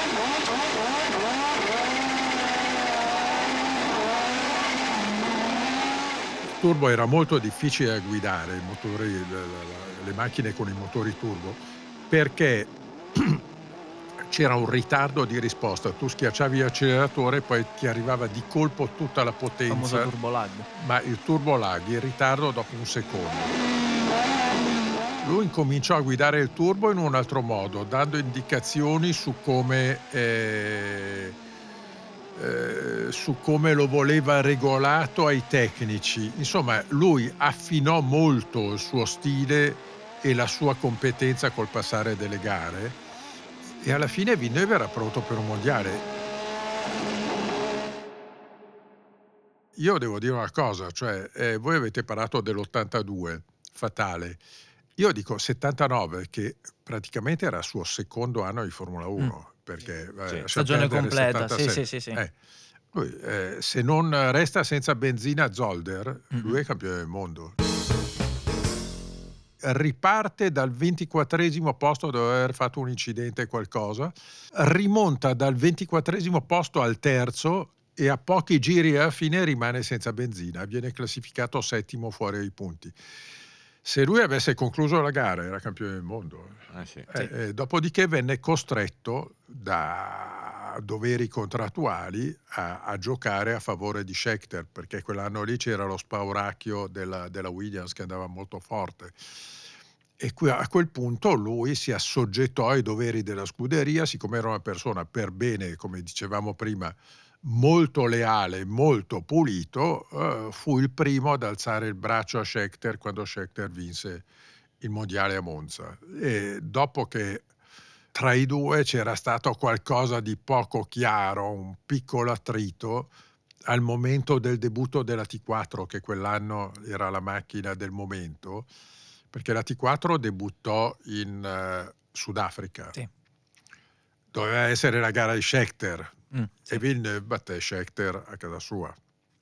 il turbo era molto difficile da guidare, i motori, le macchine con i motori turbo, perché c'era un ritardo di risposta. Tu schiacciavi l'acceleratore e poi ti arrivava di colpo tutta la Il famoso potenza, turbo lag. ma il turbo lag, il ritardo dopo un secondo. Lui incominciò a guidare il turbo in un altro modo, dando indicazioni su come su come lo voleva regolato ai tecnici. Insomma, lui affinò molto il suo stile e la sua competenza col passare delle gare, e alla fine Villeneuve era pronto per un mondiale. Io devo dire una cosa, cioè voi avete parlato dell'82, fatale. Io dico 79, che praticamente era il suo secondo anno di Formula 1, perché lascia stagione perdere il completa, 77. sì. Lui, se non resta senza benzina a Zolder, lui è campione del mondo. Riparte dal 24esimo posto dopo aver fatto un incidente qualcosa, rimonta dal 24esimo posto al terzo e a pochi giri alla fine rimane senza benzina, viene classificato settimo fuori ai punti. Se lui avesse concluso la gara era campione del mondo. Sì. Dopodiché venne costretto da doveri contrattuali a giocare a favore di Scheckter, perché quell'anno lì c'era lo spauracchio della Williams che andava molto forte. E a quel punto lui si assoggettò ai doveri della scuderia, siccome era una persona per bene, come dicevamo prima, molto leale, molto pulito, fu il primo ad alzare il braccio a Scheckter quando Scheckter vinse il mondiale a Monza. E dopo che tra i due c'era stato qualcosa di poco chiaro, un piccolo attrito, al momento del debutto della T4, che quell'anno era la macchina del momento, perché la T4 debuttò in Sudafrica. Sì. Doveva essere la gara di Scheckter. Sì. E Villeneuve batté Scheckter a casa sua.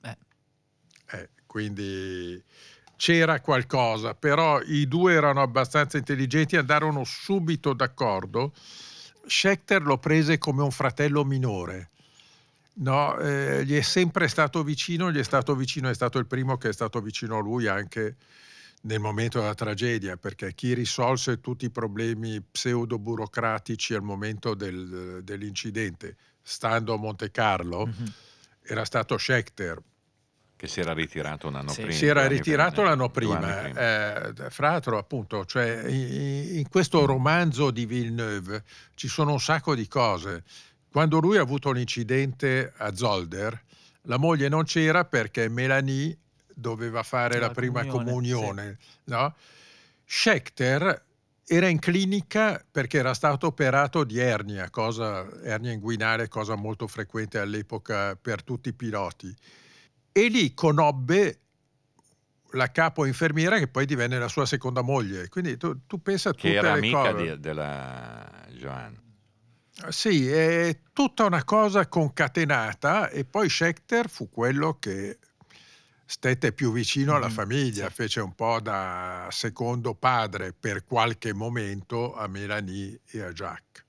Quindi c'era qualcosa, però i due erano abbastanza intelligenti, andarono subito d'accordo. Scheckter lo prese come un fratello minore. No, gli è sempre stato vicino, è stato il primo che è stato vicino a lui anche nel momento della tragedia, perché chi risolse tutti i problemi pseudo-burocratici al momento dell'incidente, stando a Monte Carlo, era stato Scheckter. Che si era ritirato un anno prima. Si era ritirato l'anno prima. Fra l'altro, appunto, cioè, in questo romanzo di Villeneuve ci sono un sacco di cose. Quando lui ha avuto l'incidente a Zolder, la moglie non c'era perché Mélanie doveva fare la prima comunione. Sì. No? Scheckter era in clinica perché era stato operato di ernia inguinale, cosa molto frequente all'epoca per tutti i piloti. E lì conobbe la capo infermiera che poi divenne la sua seconda moglie. Quindi tu pensa a tutte le cose. Che era amica della Joan. Sì, è tutta una cosa concatenata, e poi Scheckter fu quello che stette più vicino alla famiglia, sì. Fece un po' da secondo padre per qualche momento a Mélanie e a Jacques.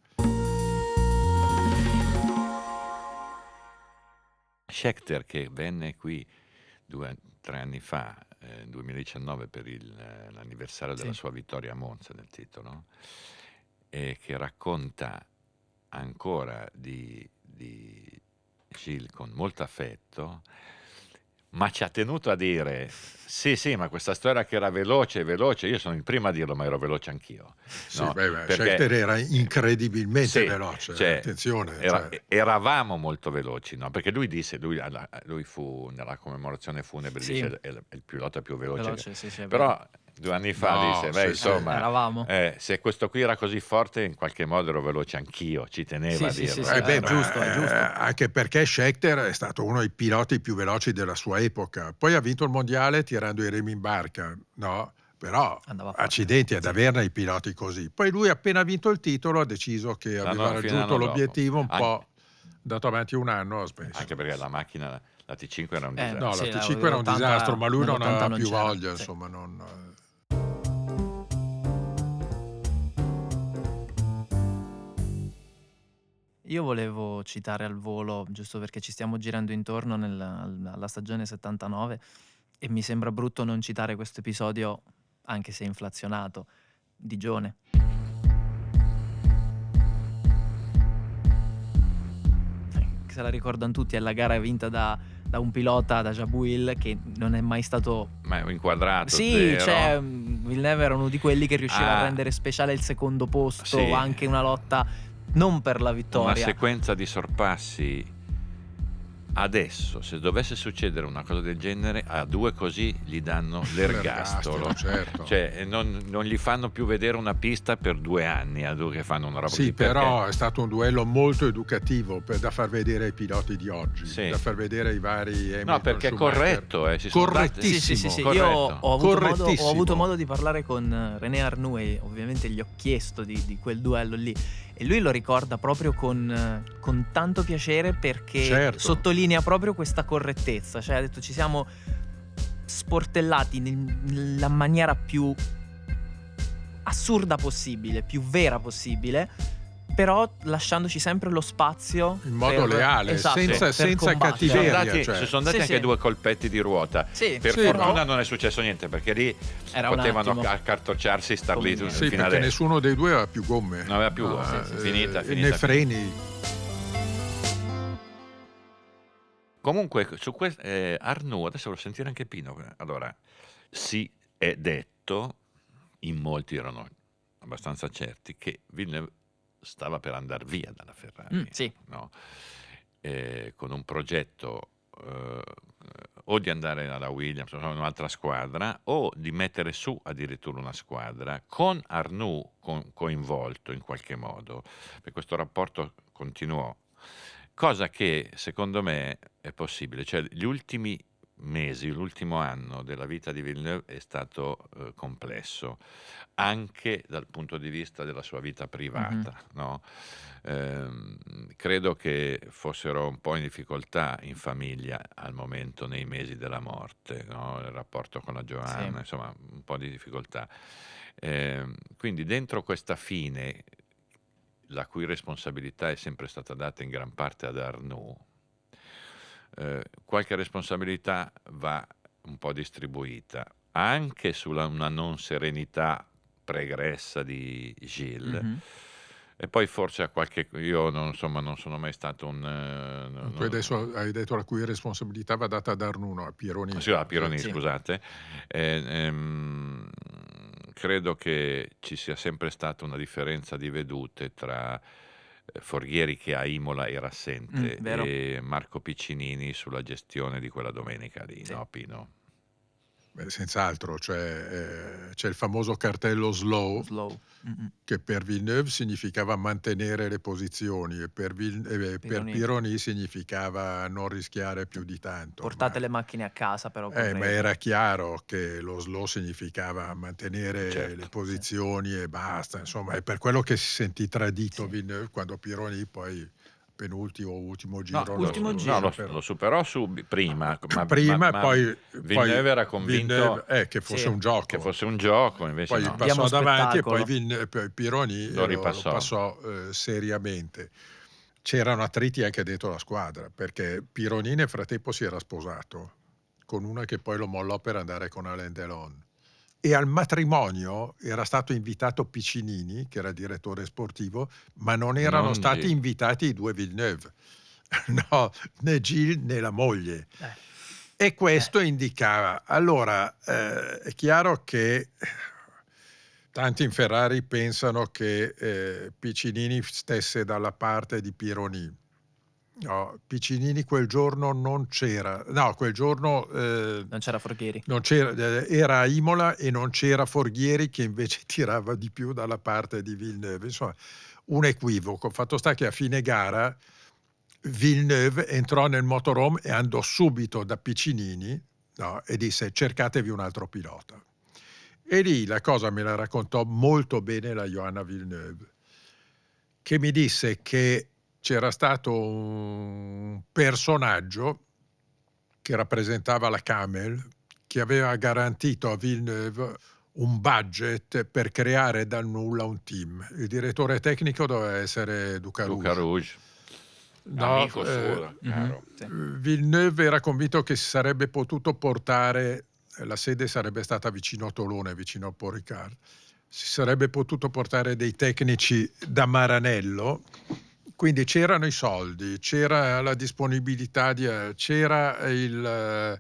Scheckter, che venne qui 2 o 3 anni fa, 2019, per l'anniversario della sua vittoria a Monza del titolo, e che racconta ancora di Gilles con molto affetto, ma ci ha tenuto a dire sì, ma questa storia che era veloce, io sono il primo a dirlo, ma ero veloce anch'io. Sì, no? Scheckter era incredibilmente veloce, cioè, attenzione. Eravamo molto veloci, no? Perché lui disse, lui fu nella commemorazione funebre, dice, è il pilota più veloce. Sì, però 2 anni fa disse, insomma, eravamo. Se questo qui era così forte, in qualche modo ero veloce anch'io, ci teneva a dirlo. È giusto. Anche perché Scheckter è stato uno dei piloti più veloci della sua epoca. Poi ha vinto il mondiale tirando i remi in barca, no? Però accidenti ad averne i piloti così. Poi lui, appena vinto il titolo, ha deciso che aveva raggiunto l'obiettivo un po', andato avanti un anno, ha smesso. Anche perché la macchina, la T5 era un disastro. No, la T5 era un disastro, ma lui non aveva più voglia, insomma, Io volevo citare al volo, giusto perché ci stiamo girando intorno alla stagione 79, e mi sembra brutto non citare questo episodio, anche se inflazionato, di Gione. Se la ricordano tutti, è la gara vinta da un pilota, da Jabouille, che non è mai stato inquadrato. Sì, cioè Villeneuve era uno di quelli che riusciva a rendere speciale il secondo posto, anche una lotta non per la vittoria. Una sequenza di sorpassi Adesso, se dovesse succedere una cosa del genere, a due così gli danno l'ergastolo. Certo. Cioè, non gli fanno più vedere una pista per 2 anni a due che fanno una roba Sì, così, però perché è stato un duello molto educativo da far vedere ai piloti di oggi, Sì. da far vedere ai vari Hamilton, no, perché è Schumacher. corretto, si sono Correttissimo. Sì. Corretto. Io ho avuto Correttissimo. modo di parlare con René Arnoux e ovviamente gli ho chiesto di quel duello lì. E lui lo ricorda proprio con tanto piacere, perché Certo. sottolinea proprio questa correttezza. Cioè ha detto, ci siamo sportellati nella maniera più assurda possibile, più vera possibile, però lasciandoci sempre lo spazio in modo leale, esatto, senza per combattere. cattiveria. ci sono andati Sì, anche sì. 2 colpetti di ruota. Sì, Per Sì, fortuna però non è successo niente, perché lì era un potevano attimo. accartocciarsi e star lì Come- Sì, fino perché adesso. nessuno dei due aveva più gomme. Non aveva più No, gomme, sì, finita. Né freni. Comunque, su questo Arnaud, adesso voglio sentire anche Pino. Allora, si è detto, in molti erano abbastanza certi, che Villeneuve stava per andare via dalla Ferrari, sì. no? Con un progetto o di andare alla Williams o in un'altra squadra, o di mettere su addirittura una squadra con Arnaud coinvolto in qualche modo, perché questo rapporto continuò. Cosa che secondo me è possibile, cioè gli ultimi mesi, l'ultimo anno della vita di Villeneuve è stato complesso, anche dal punto di vista della sua vita privata, no? Credo che fossero un po' in difficoltà in famiglia al momento, nei mesi della morte, no? Il rapporto con la Joanna, Sì. insomma un po' di difficoltà. Quindi dentro questa fine, la cui responsabilità è sempre stata data in gran parte ad Arnaud, qualche responsabilità va un po' distribuita anche sulla una non serenità pregressa di Gilles, e poi forse a qualche, io non sono mai stato un Tu adesso hai detto la cui responsabilità va data ad Arnaud, no, a Pironi. sì, a Pironi, Sì. scusate. Credo che ci sia sempre stata una differenza di vedute tra Forghieri, che a Imola era assente, vero. e Marco Piccinini sulla gestione di quella domenica lì, Sì. no Pino? Beh, senz'altro, c'è il famoso cartello slow, che per Villeneuve significava mantenere le posizioni e per Pironi significava non rischiare più di tanto. Portate le macchine a casa, però ma correte. era chiaro che lo slow significava mantenere Certo, le posizioni e basta, insomma, è per quello che si sentì tradito Sì. Villeneuve quando Pironi poi penultimo o ultimo No, giro ultimo giro. lo superò prima, prima, ma poi Villeneuve era convinto che fosse Sì. un gioco. che fosse un gioco, invece Poi no. passò Diamo davanti e spettacolo. poi Pironi Lo lo ripassò. passò seriamente. C'erano attriti anche dentro la squadra, perché Pironi nel frattempo si era sposato con una che poi lo mollò per andare con Alain Delon. E al matrimonio era stato invitato Piccinini, che era direttore sportivo, ma non erano Non stati Gilles. invitati i due Villeneuve. No, né Gilles né la moglie. E questo indicava. Allora, è chiaro che tanti in Ferrari pensano che Piccinini stesse dalla parte di Pironi. No, Piccinini quel giorno non c'era. No, quel giorno Non c'era Forghieri. non c'era, era a Imola e non c'era Forghieri, che invece tirava di più dalla parte di Villeneuve. Insomma, un equivoco. Fatto sta che a fine gara Villeneuve entrò nel motorhome e andò subito da Piccinini, no, e disse: cercatevi un altro pilota. E lì la cosa me la raccontò molto bene la Johanna Villeneuve, che mi disse che c'era stato un personaggio che rappresentava la Camel, che aveva garantito a Villeneuve un budget per creare dal nulla un team. Il direttore tecnico doveva essere Luca Rouge, No, amico suo, caro. Sì. Villeneuve era convinto che si sarebbe potuto portare, la sede sarebbe stata vicino a Tolone, vicino a Paul Ricard, si sarebbe potuto portare dei tecnici da Maranello, quindi c'erano i soldi, c'era la disponibilità, c'era il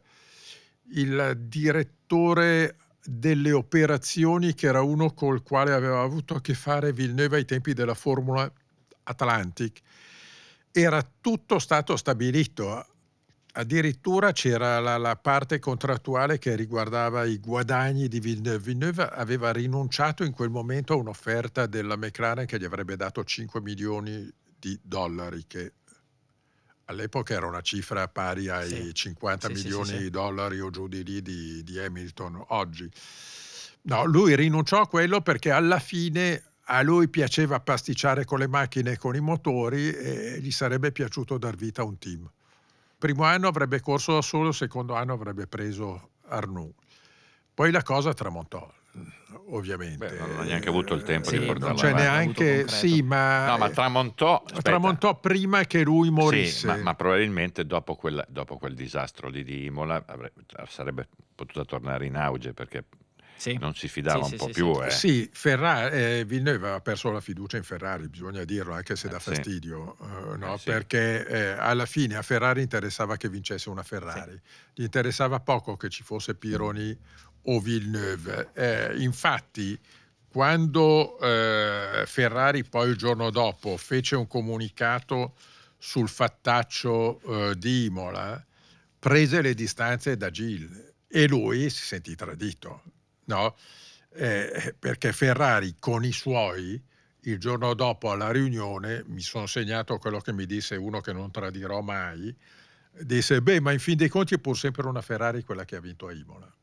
direttore delle operazioni, che era uno col quale aveva avuto a che fare Villeneuve ai tempi della Formula Atlantic. Era tutto stato stabilito. Addirittura c'era la parte contrattuale che riguardava i guadagni di Villeneuve. Villeneuve aveva rinunciato in quel momento a un'offerta della McLaren che gli avrebbe dato 5 milioni di dollari, che all'epoca era una cifra pari ai 50 milioni di dollari o giù di lì di Hamilton oggi. No, lui rinunciò a quello perché alla fine a lui piaceva pasticciare con le macchine e con i motori e gli sarebbe piaciuto dar vita a un team. Primo anno avrebbe corso da solo, secondo anno avrebbe preso Arnoux. Poi la cosa tramontò, ovviamente. Beh, non ha neanche avuto il tempo di portarla non c'è avanti. neanche, sì, ma tramontò. Tramontò prima che lui morisse. Sì, ma probabilmente dopo quel disastro lì di Imola sarebbe potuta tornare in auge, perché non si fidava un po' più. Sì, Villeneuve aveva perso la fiducia in Ferrari, bisogna dirlo, anche se dà fastidio, no? Perché alla fine a Ferrari interessava che vincesse una Ferrari, gli interessava poco che ci fosse Pironi o Villeneuve. Infatti, quando Ferrari poi il giorno dopo fece un comunicato sul fattaccio di Imola, prese le distanze da Gilles e lui si sentì tradito. No, perché Ferrari con i suoi il giorno dopo alla riunione, mi sono segnato quello che mi disse uno che non tradirò mai, disse: beh, ma in fin dei conti è pur sempre una Ferrari quella che ha vinto a Imola.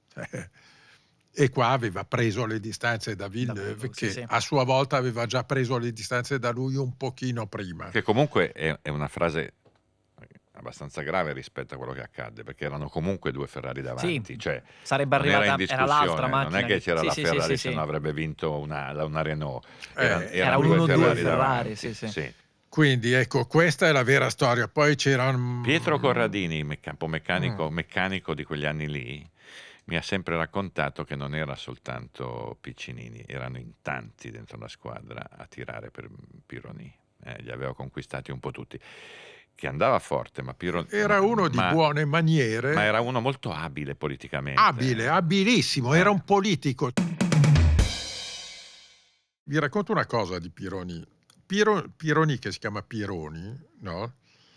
E qua aveva preso le distanze da Villeneuve, che a sua volta aveva già preso le distanze da lui un pochino prima. Che comunque è una frase abbastanza grave rispetto a quello che accadde, perché erano comunque due Ferrari davanti, cioè sarebbe arrivata, era l'altra macchina, non è che c'era la Ferrari, se non avrebbe vinto una Renault, era uno due Ferrari. Sì. Quindi ecco, questa è la vera storia. Poi c'era Pietro Corradini, meccanico di quegli anni lì, mi ha sempre raccontato che non era soltanto Piccinini, erano in tanti dentro la squadra a tirare per Pironi, li aveva conquistati un po' tutti. Che andava forte, ma Pironi era uno di buone maniere, ma era uno molto abile politicamente. Abilissimo, era un politico. Vi racconto una cosa di Pironi. Pironi, che si chiama Pironi, no?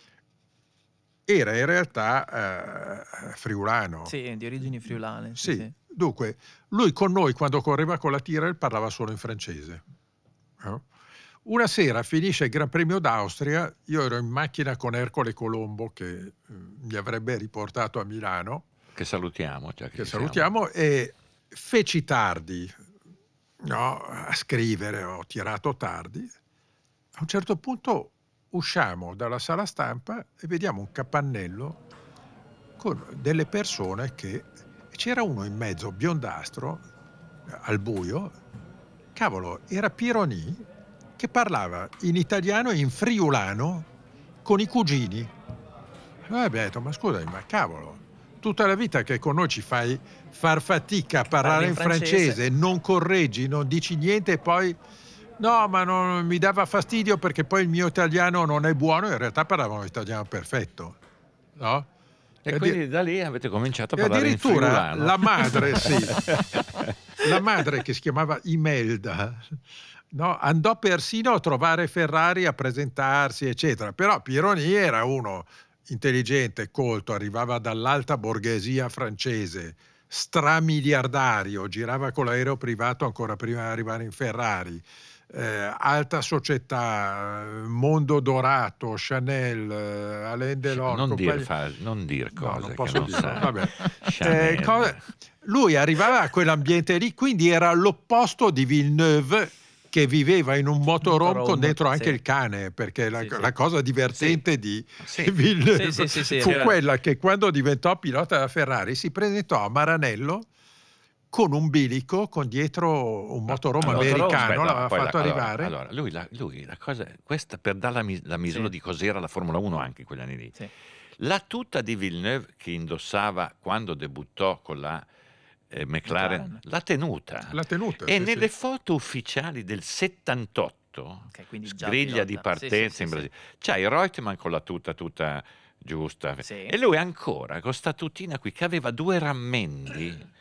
Era in realtà friulano. Sì, di origini friulane. Sì. Dunque, lui con noi quando correva con la Tyrrell parlava solo in francese. No? Una sera finisce il Gran Premio d'Austria, io ero in macchina con Ercole Colombo che mi avrebbe riportato a Milano. Che salutiamo. E feci tardi, no, a scrivere, ho tirato tardi. A un certo punto usciamo dalla sala stampa e vediamo un capannello con delle persone c'era uno in mezzo, biondastro, al buio. Cavolo, era Pironi, che parlava in italiano e in friulano con i cugini. Noi abbiamo detto: ma scusami, ma cavolo, tutta la vita che con noi ci fai far fatica a parlare in francese, non correggi, non dici niente, e poi no, ma non mi dava fastidio perché poi il mio italiano non è buono. In realtà parlavano italiano perfetto, no? E quindi da lì avete cominciato a parlare in friulano. La madre, la madre, che si chiamava Imelda, no, andò persino a trovare Ferrari a presentarsi, eccetera. Però Pironi era uno intelligente, colto, arrivava dall'alta borghesia francese, stramiliardario, girava con l'aereo privato ancora prima di arrivare in Ferrari, alta società, mondo dorato, Chanel, Alain Delon. Non dir cose, non posso che non dirlo. sai. Vabbè. Lui arrivava a quell'ambiente lì, quindi era l'opposto di Villeneuve, che viveva in un motorhome con dentro anche il cane, perché la cosa divertente di Villeneuve fu quella che quando diventò pilota della Ferrari si presentò a Maranello con un bilico, con dietro un motorhome americano, l'aveva fatto arrivare. Allora, lui la cosa, questa per dare la misura di cos'era la Formula 1 anche in quegli anni lì. La tuta di Villeneuve che indossava quando debuttò con la McLaren, l'ha tenuta. E nelle foto ufficiali del 78, griglia di partenza in Brasile, c'hai Reutemann con la tuta tutta giusta, e lui ancora con sta tutina qui che aveva due rammendi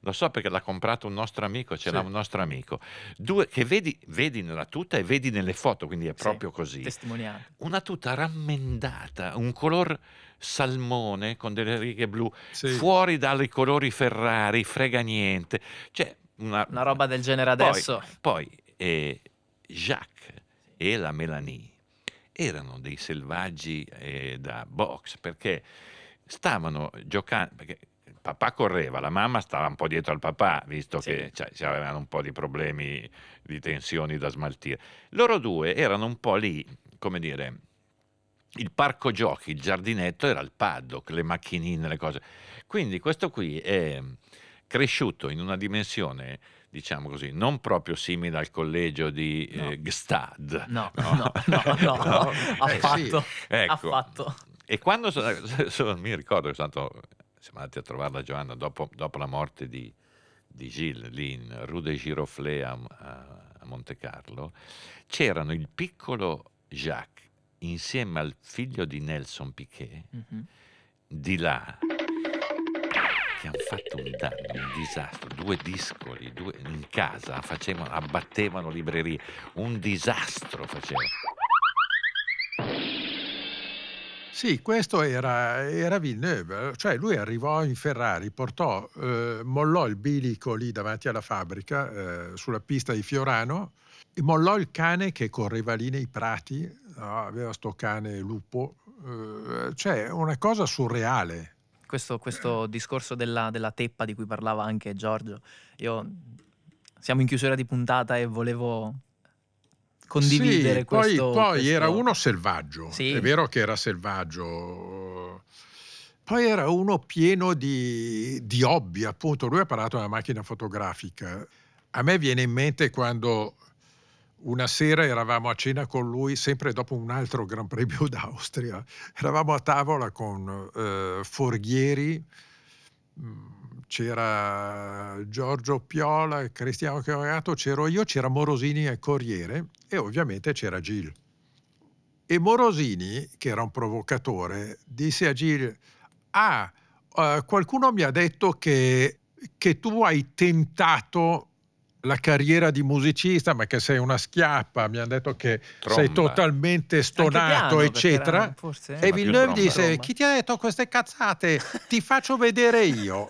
lo so perché l'ha comprato un nostro amico, ce l'ha Sì. un nostro amico. Due che vedi nella tuta e vedi nelle foto, quindi è Sì, proprio così. testimoniato. Una tuta rammendata, un color salmone con delle righe blu, Sì. fuori dai colori Ferrari, frega niente. Cioè, Una roba del genere poi, adesso. poi Jacques e la Mélanie erano dei selvaggi da box, perché stavano giocando, perché il papà correva, la mamma stava un po' dietro al papà, visto Sì. che avevano un po' di problemi, di tensioni da smaltire. Loro due erano un po' lì, come dire, il parco giochi, il giardinetto era il paddock, le macchinine, le cose. Quindi questo qui è cresciuto in una dimensione, diciamo così, non proprio simile al collegio di No. Gstad. No, No. no, sì. affatto. Ecco. Affatto. E quando mi ricordo che siamo andati a trovare la Giovanna dopo la morte di Gilles, lì in Rue des Giroflées a Monte Carlo, c'erano il piccolo Jacques insieme al figlio di Nelson Piquet, Mhm. di là, che hanno fatto un danno, un disastro, due discoli, in casa abbattevano librerie, un disastro facevano. Sì, questo era Villeneuve, cioè lui arrivò in Ferrari, mollò il bilico lì davanti alla fabbrica, sulla pista di Fiorano, e mollò il cane che correva lì nei prati, no? Aveva sto cane lupo, cioè una cosa surreale. Questo discorso della teppa di cui parlava anche Giorgio, siamo in chiusura di puntata e volevo condividere Sì, questo. poi era uno selvaggio, Sì. è vero che era selvaggio. Poi era uno pieno di hobby, appunto. Lui ha parlato della macchina fotografica. A me viene in mente quando una sera eravamo a cena con lui, sempre dopo un altro Gran Premio d'Austria. Eravamo a tavola con Forghieri, c'era Giorgio Piola, Cristiano Chiarato, c'ero io, c'era Morosini e Corriere e ovviamente c'era Gilles. E Morosini, che era un provocatore, disse a Gilles: qualcuno mi ha detto che tu hai tentato la carriera di musicista, ma che sei una schiappa, mi hanno detto che sei Tromba. totalmente Anche stonato, piano, eccetera. perché forse, E ma più Villeneuve tromba. disse: chi ti ha detto queste cazzate? Ti faccio vedere io.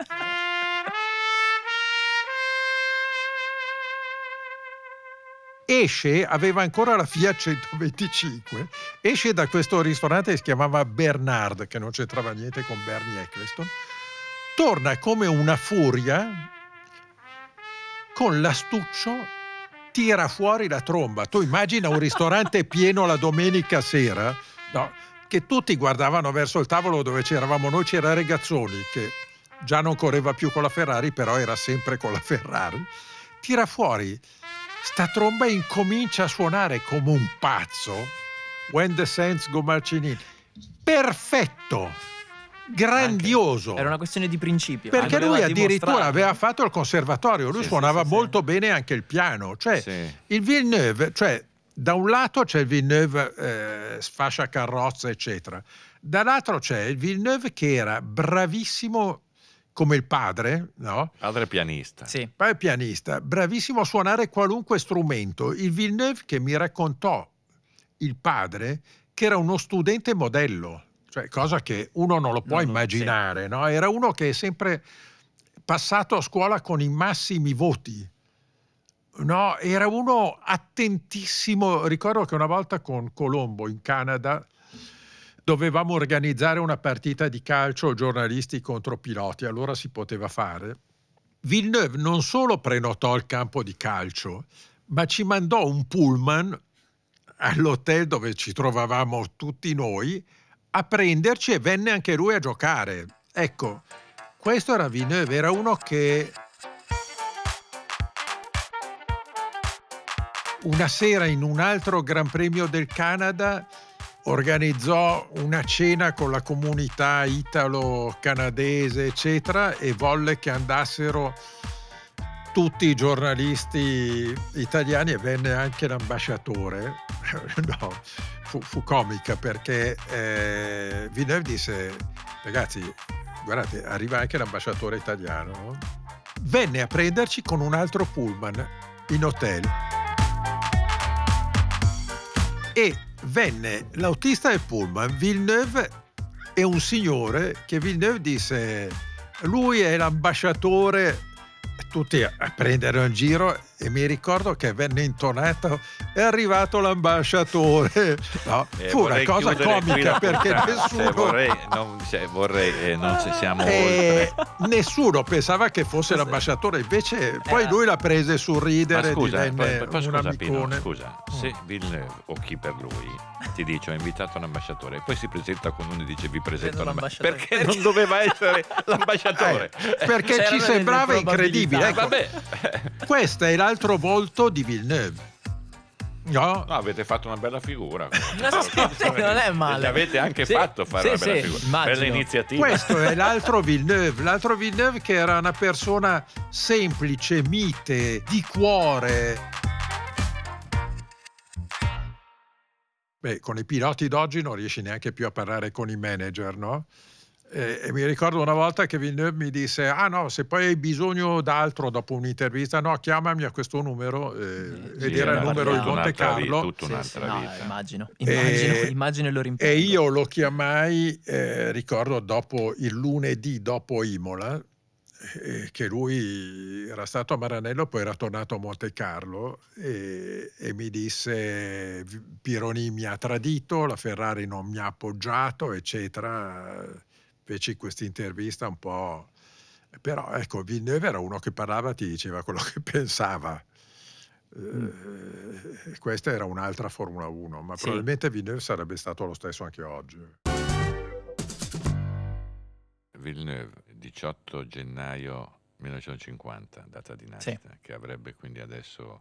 Esce, aveva ancora la Fiat 125, esce da questo ristorante che si chiamava Bernard, che non c'entrava niente con Bernie Eccleston, torna come una furia, con l'astuccio tira fuori la tromba. Tu immagina un ristorante pieno la domenica sera, no, che tutti guardavano verso il tavolo dove c'eravamo noi, c'era Regazzoni, che già non correva più con la Ferrari, però era sempre con la Ferrari, tira fuori sta tromba e incomincia a suonare come un pazzo. When the Saints Go Marching In. Perfetto, grandioso. era una questione di principio. Perché voleva lui addirittura dimostrarlo. aveva fatto il conservatorio, lui Sì, suonava sì, molto bene anche il piano. Cioè, Sì. il Villeneuve, cioè, da un lato c'è il Villeneuve sfascia carrozza, eccetera. Dall'altro c'è il Villeneuve che era bravissimo come il padre, no? Padre pianista. Sì. Poi è pianista, bravissimo a suonare qualunque strumento. Il Villeneuve che mi raccontò il padre che era uno studente modello, cioè cosa che uno non lo può immaginare, no? Era uno che è sempre passato a scuola con i massimi voti. No, era uno attentissimo. Ricordo che una volta con Colombo in Canada dovevamo organizzare una partita di calcio giornalisti contro piloti, allora si poteva fare. Villeneuve non solo prenotò il campo di calcio, ma ci mandò un pullman all'hotel dove ci trovavamo tutti noi a prenderci e venne anche lui a giocare. Ecco, questo era Villeneuve, era uno che una sera in un altro Gran Premio del Canada organizzò una cena con la comunità italo-canadese, eccetera, e volle che andassero tutti i giornalisti italiani e venne anche l'ambasciatore. No, fu comica perché Villeneuve disse: ragazzi, guardate, arriva anche l'ambasciatore italiano, venne a prenderci con un altro pullman in hotel. E venne l'autista del pullman, Villeneuve, e un signore che Villeneuve disse: lui è l'ambasciatore. Tutti a prendere in giro, e mi ricordo che venne intonato: è arrivato l'ambasciatore. No, fu una cosa comica, perché nessuno siamo oltre. Nessuno pensava che fosse l'ambasciatore, invece poi lui la prese sul ridere. Ma scusa, divenne un scusa, Pino, amicone. scusa, se Villeneuve o chi per lui ti dice ho invitato un ambasciatore e poi si presenta con uno e dice vi presento l'ambasciatore, perché non doveva essere l'ambasciatore? Perché ci sembrava incredibile. Ecco, vabbè. Questo è l'altro volto di Villeneuve. No, avete fatto una bella figura. Non è male. Avete anche fatto fare una bella figura. Immagino. Bella iniziativa. Questo è l'altro Villeneuve che era una persona semplice, mite, di cuore. Beh, con i piloti d'oggi non riesci neanche più a parlare con i manager, no? E mi ricordo una volta che Villeneuve mi disse: ah no, se poi hai bisogno d'altro dopo un'intervista, no, chiamami a questo numero, ed era il numero di Monte Carlo. Tutta un'altra vita. Immagino il loro impegno. E io lo chiamai, ricordo, dopo il lunedì dopo Imola, che lui era stato a Maranello, poi era tornato a Monte Carlo, e mi disse: Pironi mi ha tradito, la Ferrari non mi ha appoggiato, eccetera. Feci questa intervista un po', però ecco, Villeneuve era uno che parlava, ti diceva quello che pensava. Questa era un'altra Formula 1, ma probabilmente Villeneuve sarebbe stato lo stesso anche oggi. Villeneuve, 18 gennaio 1950, data di nascita, che avrebbe quindi adesso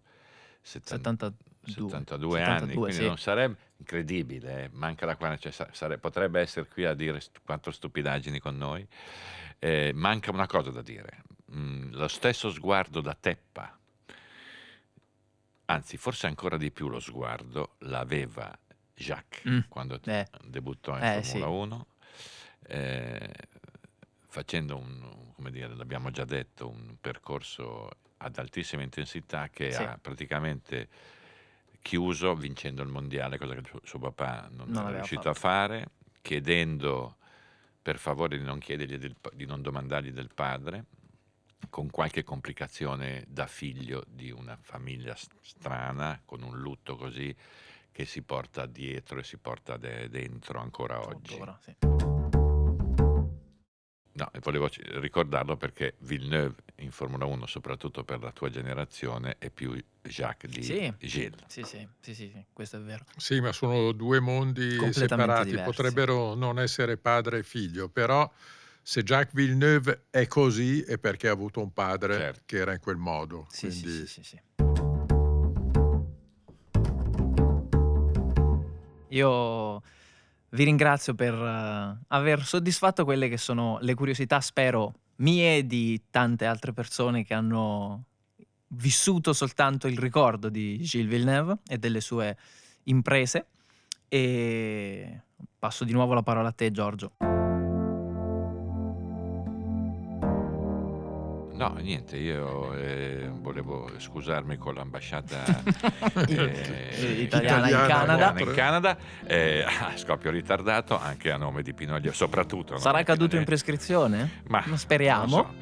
72 anni, quindi non sarebbe incredibile, manca la quarantena, potrebbe essere qui a dire quattro stupidaggini con noi. Manca una cosa da dire, lo stesso sguardo da teppa, anzi forse ancora di più lo sguardo l'aveva Jacques quando debuttò in Formula 1, facendo come dire, l'abbiamo già detto, un percorso ad altissima intensità che ha praticamente chiuso vincendo il mondiale, cosa che suo papà non era riuscito a fare, chiedendo per favore di non chiedergli di non domandargli del padre, con qualche complicazione da figlio di una famiglia strana, con un lutto così che si porta dietro e si porta dentro ancora oggi. No, e volevo ricordarlo perché Villeneuve in Formula 1, soprattutto per la tua generazione, è più Jacques di Gilles. Sì, questo è vero. Sì, ma sono due mondi separati, diversi. Potrebbero non essere padre e figlio, però se Jacques Villeneuve è così è perché ha avuto un padre che era in quel modo. Quindi... Sì. Io vi ringrazio per aver soddisfatto quelle che sono le curiosità, spero, mie e di tante altre persone che hanno vissuto soltanto il ricordo di Gilles Villeneuve e delle sue imprese. E passo di nuovo la parola a te, Giorgio. No, niente, io volevo scusarmi con l'ambasciata italiana in Canada, a scoppio ritardato, anche a nome di Pino Allievo, soprattutto. Sarà caduto in prescrizione? Ma speriamo.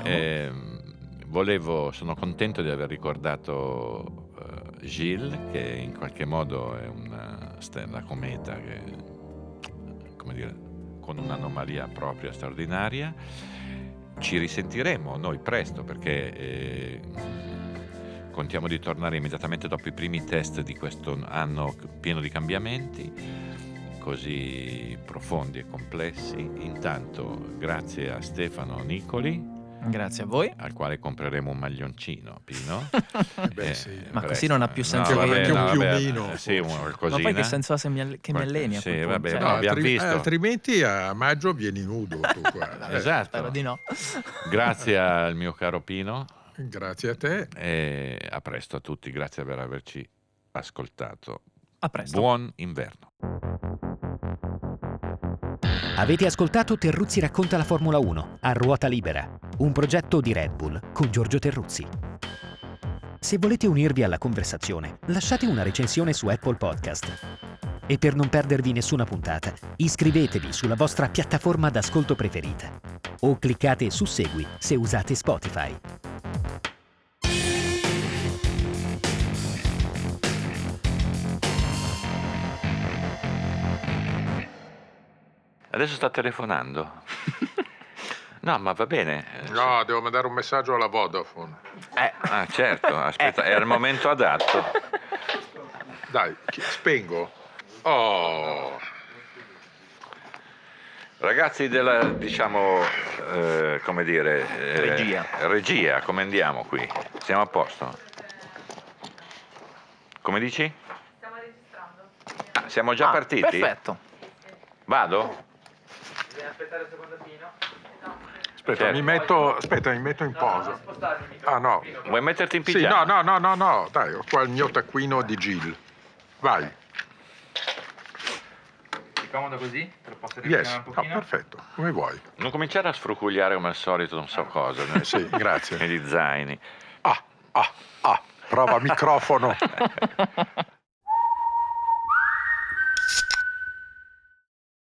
Sono contento di aver ricordato Gilles, che in qualche modo è una stella cometa, che, come dire, con un'anomalia propria straordinaria. Ci risentiremo noi presto, perché contiamo di tornare immediatamente dopo i primi test di questo anno pieno di cambiamenti così profondi e complessi. Intanto grazie a Stefano Nicoli, grazie a voi, al quale compreremo un maglioncino, Pino. Ma così non ha più senso anche un piumino. Ma poi che senso ha che mi alleni? Abbiamo visto. Altrimenti a maggio vieni nudo tu qua. Esatto. Spero di no. Grazie al mio caro Pino. Grazie a te. E a presto a tutti, grazie per averci ascoltato. A presto. Buon inverno. Avete ascoltato Terruzzi racconta la Formula 1 a ruota libera. un progetto di Red Bull con Giorgio Terruzzi. Se volete unirvi alla conversazione, lasciate una recensione su Apple Podcast. E per non perdervi nessuna puntata, iscrivetevi sulla vostra piattaforma d'ascolto preferita o cliccate su Segui se usate Spotify. Adesso sta telefonando. No, ma va bene. No, devo mandare un messaggio alla Vodafone. Ah, certo, aspetta, è il momento adatto. Dai, spengo. Oh, Ragazzi della, diciamo, come dire... regia, come andiamo qui? Siamo a posto? Come dici? Stiamo registrando. Ah, siamo già partiti? Perfetto. Vado? Bisogna aspettare un secondino. aspetta, Certo. mi metto in posa. Non spostarmi il microfono. Ah, no. Vuoi metterti in Sì, pigiama? no, dai, ho qua il mio taccuino di Gil. Vai. Ti comodo così? Te lo posso Yes, riavvicinare un no, pochino? perfetto, come vuoi. Non cominciare a sfrucugliare come al solito, non so cosa. Sì, grazie. Negli zaini. Prova microfono.